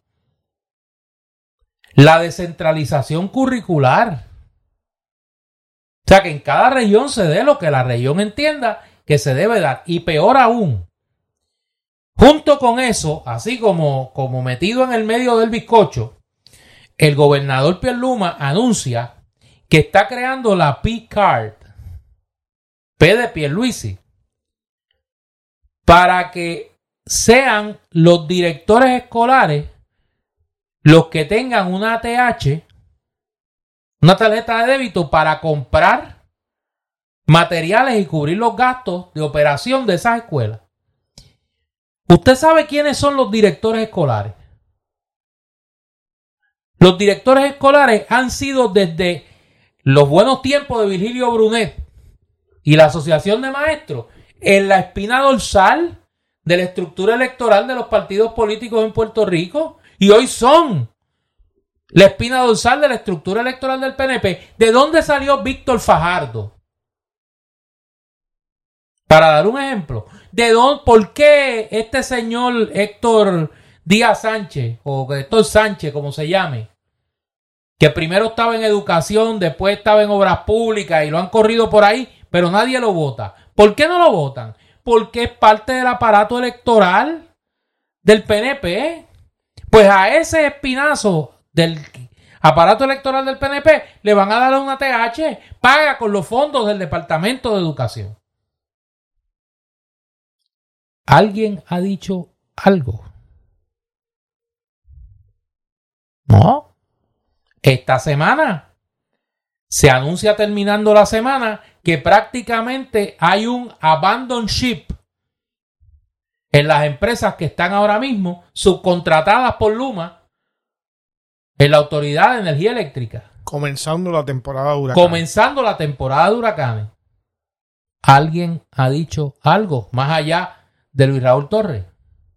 la descentralización curricular. O sea, que en cada región se dé lo que la región entienda que se debe dar. Y peor aún, junto con eso, así como metido en el medio del bizcocho, el gobernador Pierluma anuncia que está creando la P-Card, P de Pierluisi, para que sean los directores escolares los que tengan una ATH, una tarjeta de débito para comprar materiales y cubrir los gastos de operación de esas escuelas. ¿Usted sabe quiénes son los directores escolares? Los directores escolares han sido desde los buenos tiempos de Virgilio Brunet y la Asociación de Maestros en la espina dorsal de la estructura electoral de los partidos políticos en Puerto Rico y hoy son la espina dorsal de la estructura electoral del PNP. ¿De dónde salió Víctor Fajardo? Para dar un ejemplo, ¿por qué este señor Héctor Díaz Sánchez, o Héctor Sánchez, como se llame, que primero estaba en educación, después estaba en obras públicas y lo han corrido por ahí, pero nadie lo vota? ¿Por qué no lo votan? Porque es parte del aparato electoral del PNP. Pues a ese espinazo del aparato electoral del PNP le van a dar una TH, paga con los fondos del Departamento de Educación. ¿Alguien ha dicho algo? No. Esta semana se anuncia, terminando la semana, que prácticamente hay un abandon ship en las empresas que están ahora mismo subcontratadas por Luma en la Autoridad de Energía Eléctrica. Comenzando la temporada de huracanes. ¿Alguien ha dicho algo más allá de Luis Raúl Torres?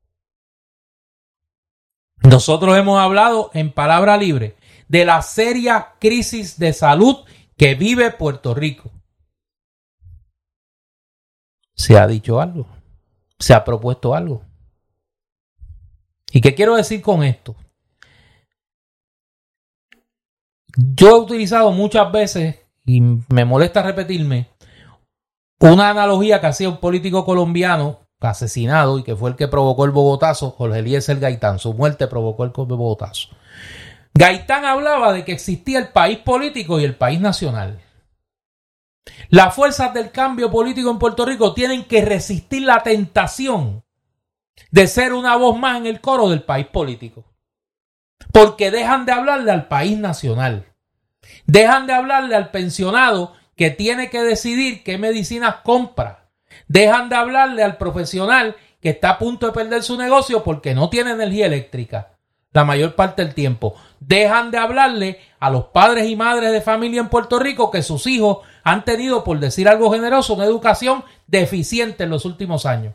Nosotros hemos hablado en palabra libre de la seria crisis de salud que vive Puerto Rico. ¿Se ha dicho algo? ¿Se ha propuesto algo? ¿Y qué quiero decir con esto? Yo he utilizado muchas veces, y me molesta repetirme, una analogía que hacía un político colombiano asesinado y que fue el que provocó el bogotazo, Jorge Eliezer Gaitán. Su muerte provocó el bogotazo. Gaitán hablaba de que existía el país político y el país nacional. Las fuerzas del cambio político en Puerto Rico tienen que resistir la tentación de ser una voz más en el coro del país político. Porque dejan de hablarle al país nacional. Dejan de hablarle al pensionado que tiene que decidir qué medicinas compra. Dejan de hablarle al profesional que está a punto de perder su negocio porque no tiene energía eléctrica la mayor parte del tiempo. Dejan de hablarle a los padres y madres de familia en Puerto Rico que sus hijos han tenido, por decir algo generoso, una educación deficiente en los últimos años.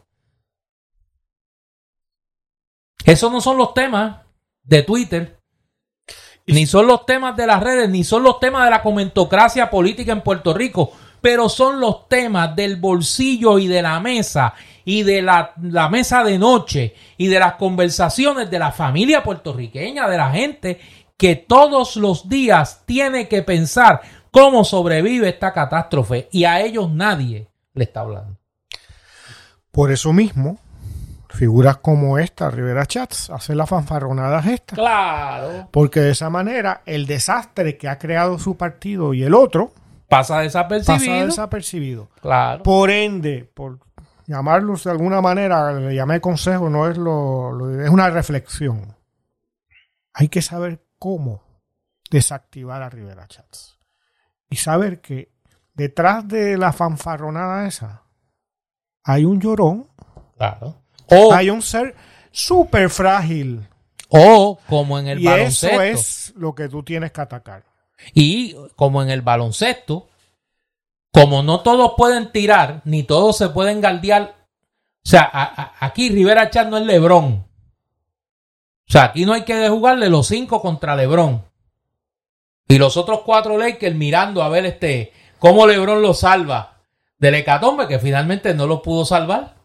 Esos no son los temas de Twitter, ni son los temas de las redes, ni son los temas de la comentocracia política en Puerto Rico, pero son los temas del bolsillo y de la mesa, y de la mesa de noche, y de las conversaciones de la familia puertorriqueña, de la gente que todos los días tiene que pensar cómo sobrevive esta catástrofe, y a ellos nadie le está hablando. Por eso mismo, figuras como esta, Rivera Chats, hacen la fanfarronada esta. Claro. Porque de esa manera, el desastre que ha creado su partido y el otro pasa desapercibido. Claro. Por ende, por llamarlos de alguna manera, le llamé consejo, no es es una reflexión. Hay que saber cómo desactivar a Rivera Chats. Y saber que detrás de la fanfarronada esa hay un llorón. Claro. Hay un ser súper frágil. O como en el baloncesto. Y eso es lo que tú tienes que atacar. Y como en el baloncesto, como no todos pueden tirar, ni todos se pueden galdear. O sea, aquí Rivera Chats no es LeBron. O sea, aquí no hay que jugarle los 5 contra LeBron. Y los otros 4 Lakers mirando a ver cómo LeBron lo salva del hecatombe, que finalmente no lo pudo salvar.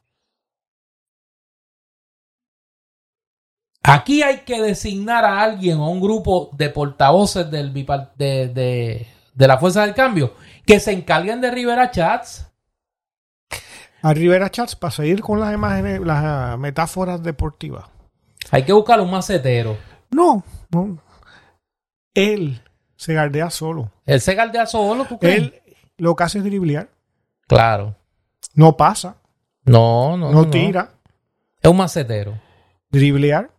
Aquí hay que designar a alguien o a un grupo de portavoces de la Fuerza del Cambio que se encarguen de Rivera Chats. A Rivera Chats, para seguir con las imágenes, las metáforas deportivas. Hay que buscar un macetero. No. Él se gardea solo. Él se gardea solo, ¿tú crees? Él lo que hace es driblear. Claro. No pasa. No tira. Es un macetero. Driblear.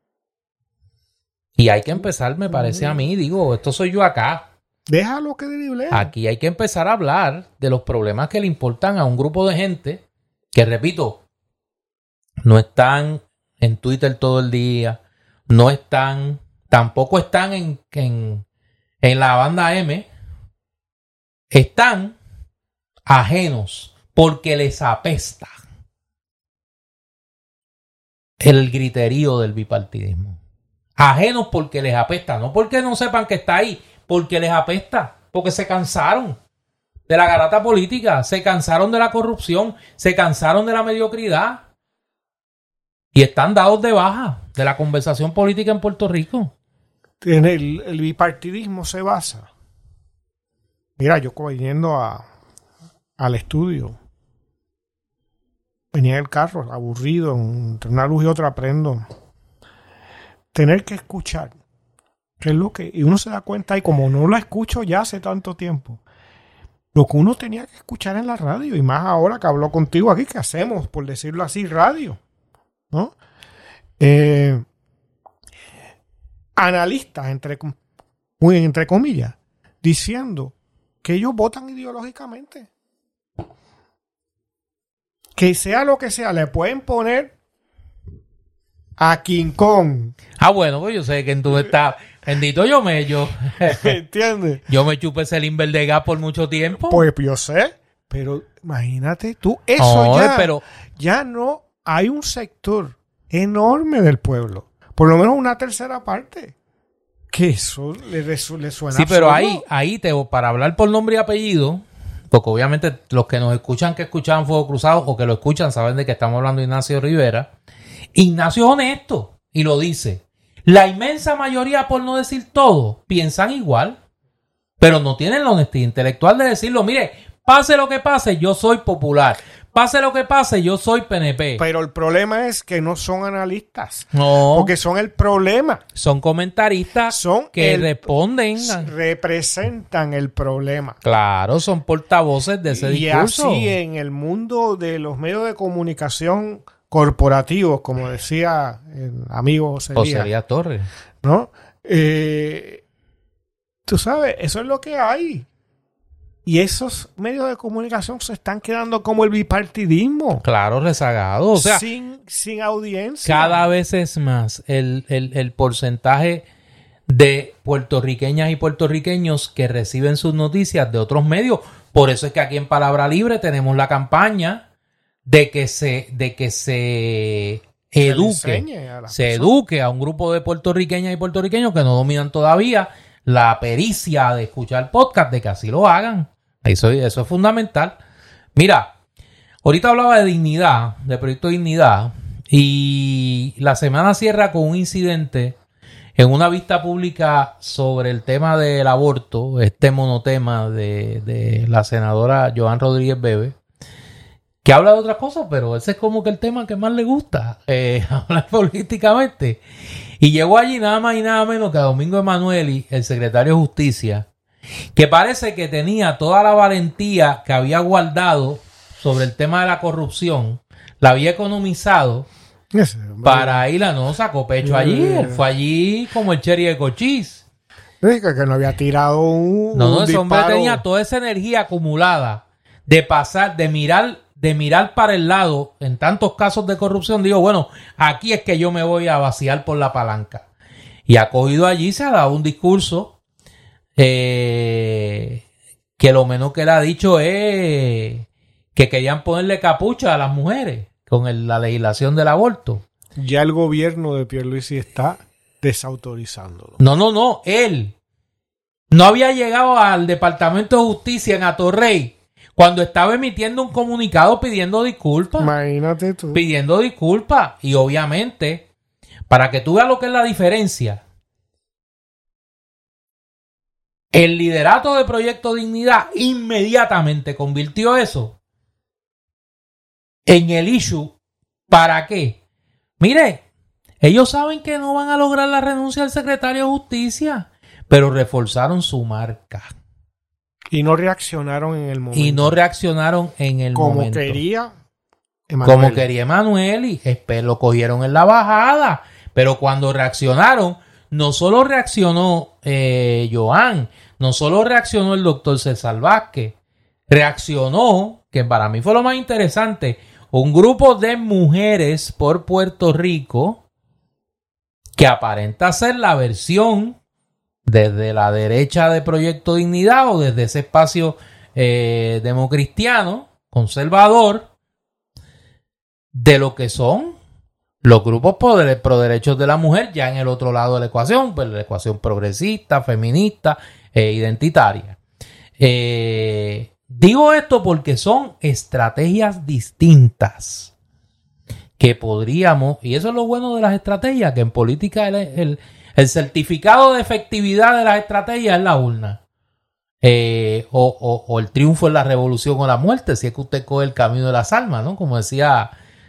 Y hay que empezar, me parece a mí, esto soy yo acá. Déjalo que driblea. Aquí hay que empezar a hablar de los problemas que le importan a un grupo de gente que, repito, no están en Twitter todo el día, tampoco están en la banda M, están ajenos porque les apesta el griterío del bipartidismo. Ajenos porque les apesta, no porque no sepan que está ahí, porque les apesta, porque se cansaron de la garata política, se cansaron de la corrupción, se cansaron de la mediocridad y están dados de baja de la conversación política en Puerto Rico. El bipartidismo se basa. Mira, yo yendo al estudio, venía en el carro, aburrido, entre una luz y otra aprendo. Tener que escuchar, que es lo que, y uno se da cuenta, y como no lo escucho ya hace tanto tiempo, lo que uno tenía que escuchar en la radio, y más ahora que habló contigo aquí, que hacemos, por decirlo así, radio, ¿no? Analistas, entre comillas, diciendo que ellos votan ideológicamente. Que sea lo que sea, le pueden poner a King Kong. Bueno, pues yo sé que tú estás... Bendito ¿Entiendes? Yo me chupé ese Limber de gas por mucho tiempo. Pues yo sé, pero imagínate tú, eso ya no hay un sector enorme del pueblo, por lo menos una tercera parte, que eso le suena. Sí, pero ahí para hablar por nombre y apellido, porque obviamente los que nos escuchan, que escuchaban Fuego Cruzado o que lo escuchan, saben de que estamos hablando de Ignacio Rivera. Ignacio es honesto y lo dice. La inmensa mayoría, por no decir todo, piensan igual, pero no tienen la honestidad intelectual de decirlo. Mire, pase lo que pase, yo soy popular. Pase lo que pase, yo soy PNP. Pero el problema es que no son analistas. No. Porque son el problema. Son comentaristas que responden. Representan el problema. Claro, son portavoces de ese discurso. Y así en el mundo de los medios de comunicación corporativos, como decía el amigo José Díaz Torres, ¿no? Tú sabes, eso es lo que hay. Y esos medios de comunicación se están quedando como el bipartidismo. Claro, rezagados. O sea, sin audiencia. Cada vez es más el porcentaje de puertorriqueñas y puertorriqueños que reciben sus noticias de otros medios, Por eso es que aquí en Palabra Libre tenemos la campaña de que se eduque a un grupo de puertorriqueñas y puertorriqueños que no dominan todavía la pericia de escuchar podcast, de que así lo hagan. Eso es fundamental. Mira, ahorita hablaba de dignidad, de Proyecto Dignidad, y la semana cierra con un incidente en una vista pública sobre el tema del aborto, este monotema de la senadora Joan Rodríguez Bebe, que habla de otras cosas, pero ese es como que el tema que más le gusta, hablar políticamente. Y llegó allí nada más y nada menos que a Domingo Emanueli, el secretario de Justicia, que parece que tenía toda la valentía que había guardado sobre el tema de la corrupción, la había economizado para ir a no sacó pecho allí. Él fue allí como el cherry de cochís. Que no había tirado un ese hombre tenía toda esa energía acumulada de pasar, de mirar para el lado en tantos casos de corrupción. Digo, bueno, aquí es que yo me voy a vaciar por la palanca. Y ha cogido allí, se ha dado un discurso que lo menos que le ha dicho es que querían ponerle capucha a las mujeres con la legislación del aborto. Ya el gobierno de Pierluisi está desautorizándolo. No, él no había llegado al Departamento de Justicia en Atorrey cuando estaba emitiendo un comunicado pidiendo disculpas. Imagínate tú. Pidiendo disculpas. Y obviamente, para que tú veas lo que es la diferencia, el liderato de Proyecto Dignidad inmediatamente convirtió eso en el issue. ¿Para qué? Mire, ellos saben que no van a lograr la renuncia del secretario de Justicia, pero reforzaron su marca. Y no reaccionaron en el momento. Como quería Emanueli. Lo cogieron en la bajada. Pero cuando reaccionaron, no solo reaccionó Joan, no solo reaccionó el doctor César Vázquez, reaccionó, que para mí fue lo más interesante, un grupo de mujeres por Puerto Rico que aparenta ser la versión desde la derecha de Proyecto Dignidad o desde ese espacio democristiano, conservador, de lo que son los grupos pro derechos de la mujer, ya en el otro lado de la ecuación, pues la ecuación progresista, feminista, identitaria. Digo esto porque son estrategias distintas que podríamos, y eso es lo bueno de las estrategias, que en política el certificado de efectividad de las estrategias es la urna. O el triunfo en la revolución o la muerte, si es que usted coge el camino de las almas, ¿no? Como decía,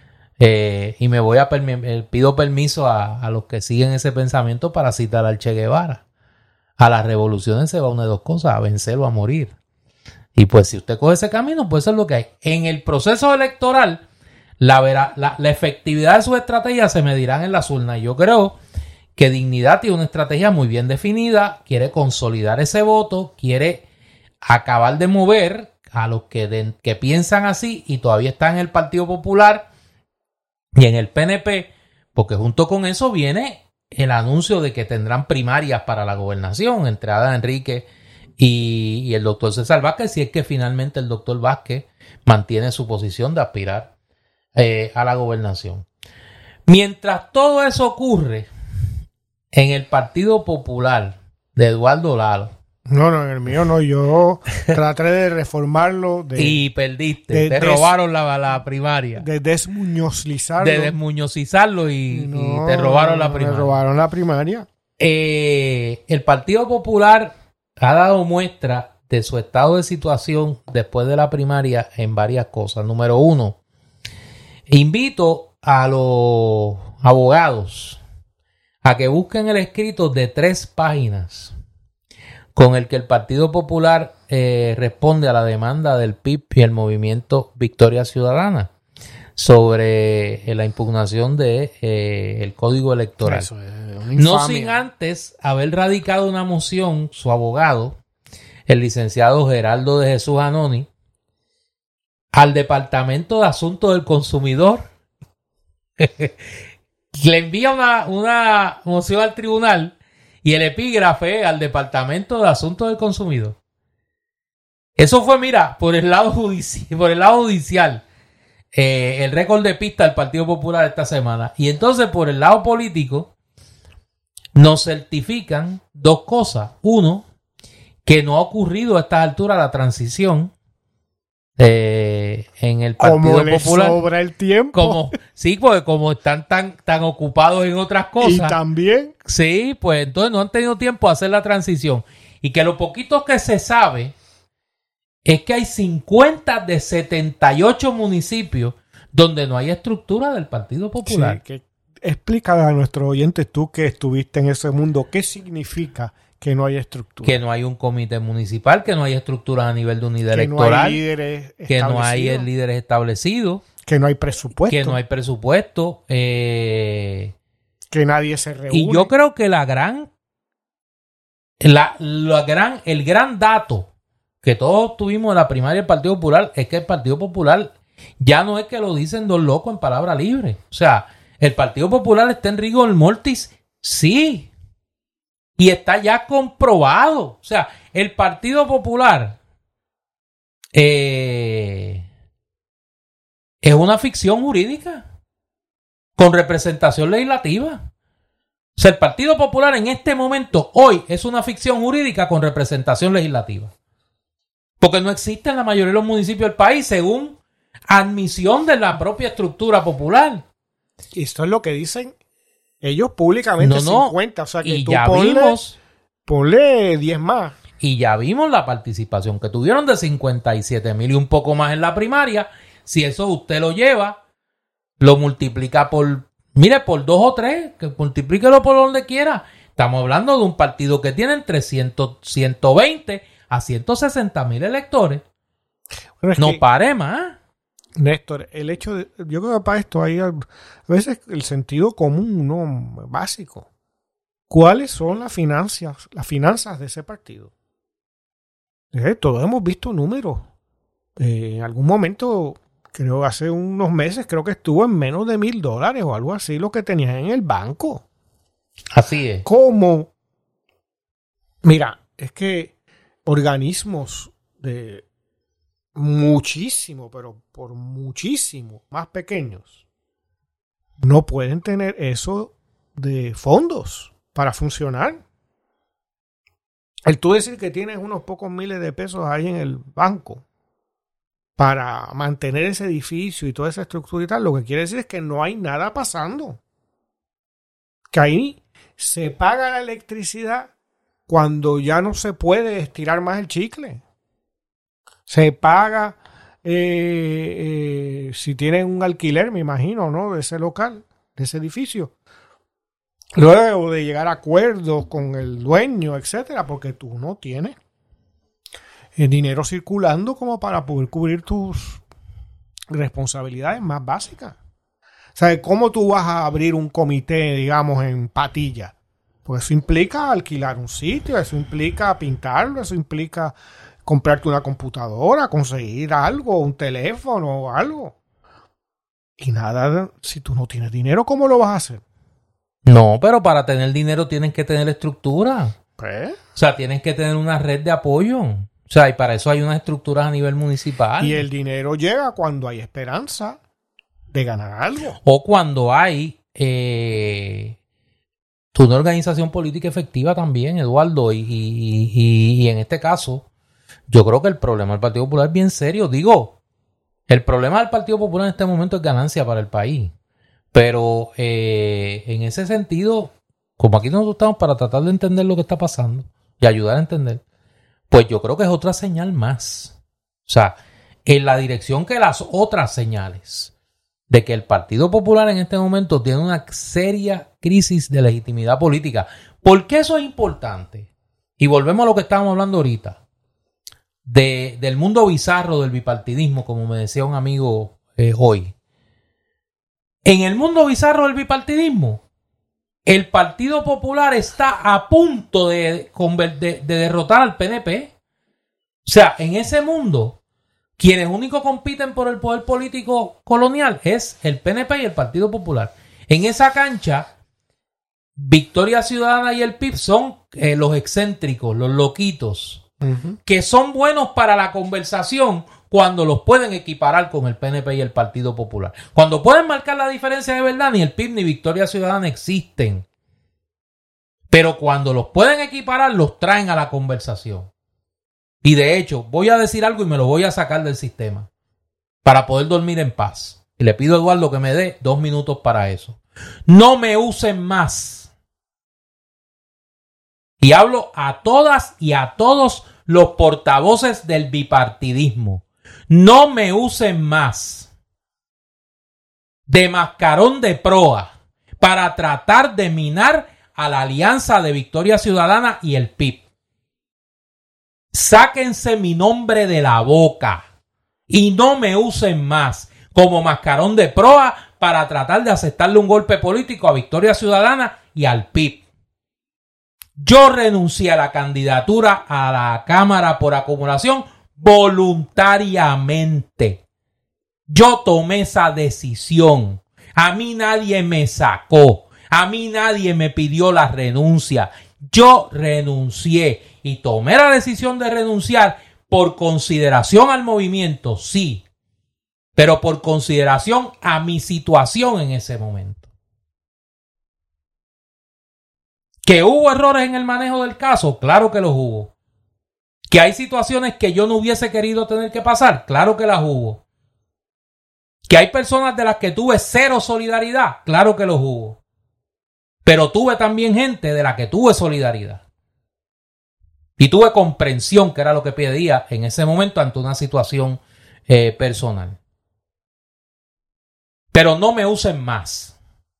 y me voy pido permiso a los que siguen ese pensamiento para citar al Che Guevara. A las revoluciones se va una de dos cosas, a vencer o a morir. Y pues si usted coge ese camino, pues eso es lo que hay. En el proceso electoral, la efectividad de sus estrategias se medirán en las urnas. Yo creo que Dignidad tiene una estrategia muy bien definida, quiere consolidar ese voto, quiere acabar de mover a los que piensan así y todavía están en el Partido Popular y en el PNP, porque junto con eso viene el anuncio de que tendrán primarias para la gobernación entre Ada Enrique y el doctor César Vázquez, si es que finalmente el doctor Vázquez mantiene su posición de aspirar a la gobernación. Mientras todo eso ocurre en el Partido Popular de Eduardo Lalo. No, en el mío no. Yo traté de reformarlo. Y perdiste. Te robaron la primaria. De desmuñozizarlo. Y te robaron la primaria. Me robaron la primaria. El Partido Popular ha dado muestra de su estado de situación después de la primaria en varias cosas. Número uno, invito a los abogados a que busquen el escrito de 3 páginas con el que el Partido Popular responde a la demanda del PIB y el movimiento Victoria Ciudadana sobre la impugnación de el Código Electoral. Eso es una no infamia. sin antes haber radicado una moción, su abogado, el licenciado Geraldo de Jesús Anoni, al Departamento de Asuntos del Consumidor. Le envía una moción al tribunal y el epígrafe al Departamento de Asuntos del Consumidor. Eso fue, mira, por el lado judicial, el récord de pista del Partido Popular esta semana. Y entonces, por el lado político, nos certifican dos cosas. Uno, que no ha ocurrido a estas alturas la transición en el Partido Popular. Como le sobra el tiempo. Sí, porque como están tan ocupados en otras cosas. Y también. Sí, pues entonces no han tenido tiempo de hacer la transición. Y que lo poquito que se sabe es que hay 50 de 78 municipios donde no hay estructura del Partido Popular. Sí, explícale a nuestros oyentes, tú que estuviste en ese mundo, ¿qué significa que no hay estructura? Que no hay un comité municipal, que no hay estructuras a nivel de unidad electoral, que no hay líderes establecidos, que no hay presupuesto, que nadie se reúne. Y yo creo que el gran dato que todos tuvimos en la primaria del Partido Popular es que el Partido Popular ya no es que lo dicen dos locos en palabra libre. O sea, el Partido Popular está en rigor mortis, sí. Y está ya comprobado. O sea, el Partido Popular es una ficción jurídica con representación legislativa. O sea, el Partido Popular en este momento, hoy, es una ficción jurídica con representación legislativa. Porque no existe en la mayoría de los municipios del país, según admisión de la propia estructura popular. Y esto es lo que dicen ellos públicamente, 50. O sea, que y tú ya ponle 10 más. Y ya vimos la participación que tuvieron de 57,000 y un poco más en la primaria. Si eso usted lo lleva, lo multiplica por 2 o 3, que multiplíquelo por donde quiera. Estamos hablando de un partido que tiene entre 120 a 160,000 electores. Bueno, no pare más. Néstor, el hecho de, yo creo que para esto hay a veces el sentido común, ¿no? Básico. ¿Cuáles son las finanzas de ese partido? Todos hemos visto números. En algún momento, creo hace unos meses, creo que estuvo en menos de $1,000 o algo así lo que tenían en el banco. Así es. ¿Cómo? Mira, es que organismos de muchísimo, pero por muchísimo más pequeños, no pueden tener eso de fondos para funcionar. El tú decir que tienes unos pocos miles de pesos ahí en el banco para mantener ese edificio y toda esa estructura y tal, lo que quiere decir es que no hay nada pasando. Que ahí se paga la electricidad cuando ya no se puede estirar más el chicle. Se paga si tienen un alquiler, me imagino, ¿no? De ese local, de ese edificio. Luego de llegar a acuerdos con el dueño, etcétera, porque tú no tienes el dinero circulando como para poder cubrir tus responsabilidades más básicas. O sea, ¿cómo tú vas a abrir un comité, digamos, en Patilla? Pues eso implica alquilar un sitio, eso implica pintarlo, eso implica comprarte una computadora, conseguir algo, un teléfono o algo. Y nada, si tú no tienes dinero, ¿cómo lo vas a hacer? No, pero para tener dinero tienen que tener estructura. ¿Qué? O sea, tienen que tener una red de apoyo. O sea, y para eso hay unas estructuras a nivel municipal. Y el dinero llega cuando hay esperanza de ganar algo. O cuando hay una organización política efectiva también, Eduardo. Y en este caso, yo creo que el problema del Partido Popular es bien serio. Digo, el problema del Partido Popular en este momento es ganancia para el país. Pero en ese sentido, como aquí nosotros estamos para tratar de entender lo que está pasando y ayudar a entender, pues yo creo que es otra señal más. O sea, en la dirección que las otras señales de que el Partido Popular en este momento tiene una seria crisis de legitimidad política. ¿Por qué eso es importante? Y volvemos a lo que estábamos hablando ahorita. Del mundo bizarro del bipartidismo, como me decía un amigo hoy. En el mundo bizarro del bipartidismo, el Partido Popular está a punto de derrotar al PNP. O sea, en ese mundo, quienes únicos compiten por el poder político colonial es el PNP y el Partido Popular. En esa cancha, Victoria Ciudadana y el PIB son los excéntricos, los loquitos, que son buenos para la conversación cuando los pueden equiparar con el PNP y el Partido Popular. Cuando pueden marcar la diferencia de verdad, ni el PIB ni Victoria Ciudadana existen. Pero cuando los pueden equiparar, los traen a la conversación. Y de hecho, voy a decir algo y me lo voy a sacar del sistema para poder dormir en paz. Y le pido a Eduardo que me dé 2 minutos para eso. No me usen más. Y hablo a todas y a todos los portavoces del bipartidismo. No me usen más de mascarón de proa para tratar de minar a la alianza de Victoria Ciudadana y el PIB. Sáquense mi nombre de la boca y no me usen más como mascarón de proa para tratar de aceptarle un golpe político a Victoria Ciudadana y al PIB. Yo renuncié a la candidatura a la Cámara por acumulación voluntariamente. Yo tomé esa decisión. A mí nadie me sacó. A mí nadie me pidió la renuncia. Yo renuncié y tomé la decisión de renunciar por consideración al movimiento, sí, pero por consideración a mi situación en ese momento. ¿Que hubo errores en el manejo del caso? Claro que los hubo. ¿Que hay situaciones que yo no hubiese querido tener que pasar? Claro que las hubo. ¿Que hay personas de las que tuve cero solidaridad? Claro que los hubo. Pero tuve también gente de la que tuve solidaridad. Y tuve comprensión, que era lo que pedía en ese momento ante una situación personal. Pero no me usen más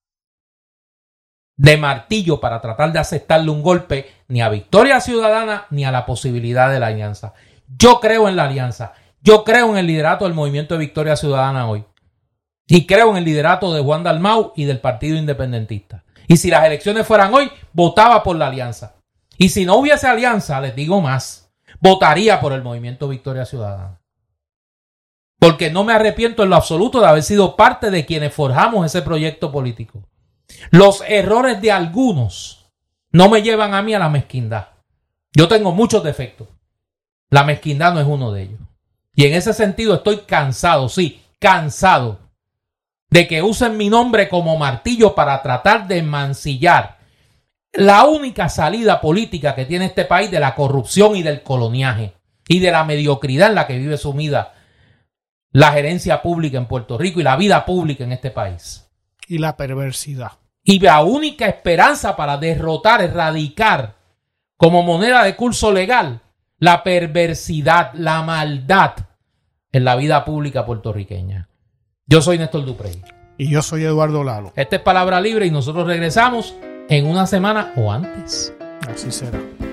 de martillo para tratar de aceptarle un golpe ni a Victoria Ciudadana ni a la posibilidad de la alianza. Yo creo en la alianza. Yo creo en el liderato del movimiento de Victoria Ciudadana hoy. Y creo en el liderato de Juan Dalmau y del Partido Independentista. Y si las elecciones fueran hoy, votaba por la alianza. Y si no hubiese alianza, les digo más, votaría por el movimiento Victoria Ciudadana. Porque no me arrepiento en lo absoluto de haber sido parte de quienes forjamos ese proyecto político. Los errores de algunos no me llevan a mí a la mezquindad. Yo tengo muchos defectos. La mezquindad no es uno de ellos. Y en ese sentido estoy cansado, sí, cansado de que usen mi nombre como martillo para tratar de mancillar la única salida política que tiene este país de la corrupción y del coloniaje y de la mediocridad en la que vive sumida la gerencia pública en Puerto Rico y la vida pública en este país. Y la perversidad. Y la única esperanza para derrotar, erradicar como moneda de curso legal la perversidad, la maldad en la vida pública puertorriqueña. Yo soy Néstor Duprey. Y yo soy Eduardo Lalo. Esta es Palabra Libre y nosotros regresamos en una semana o antes. Así será.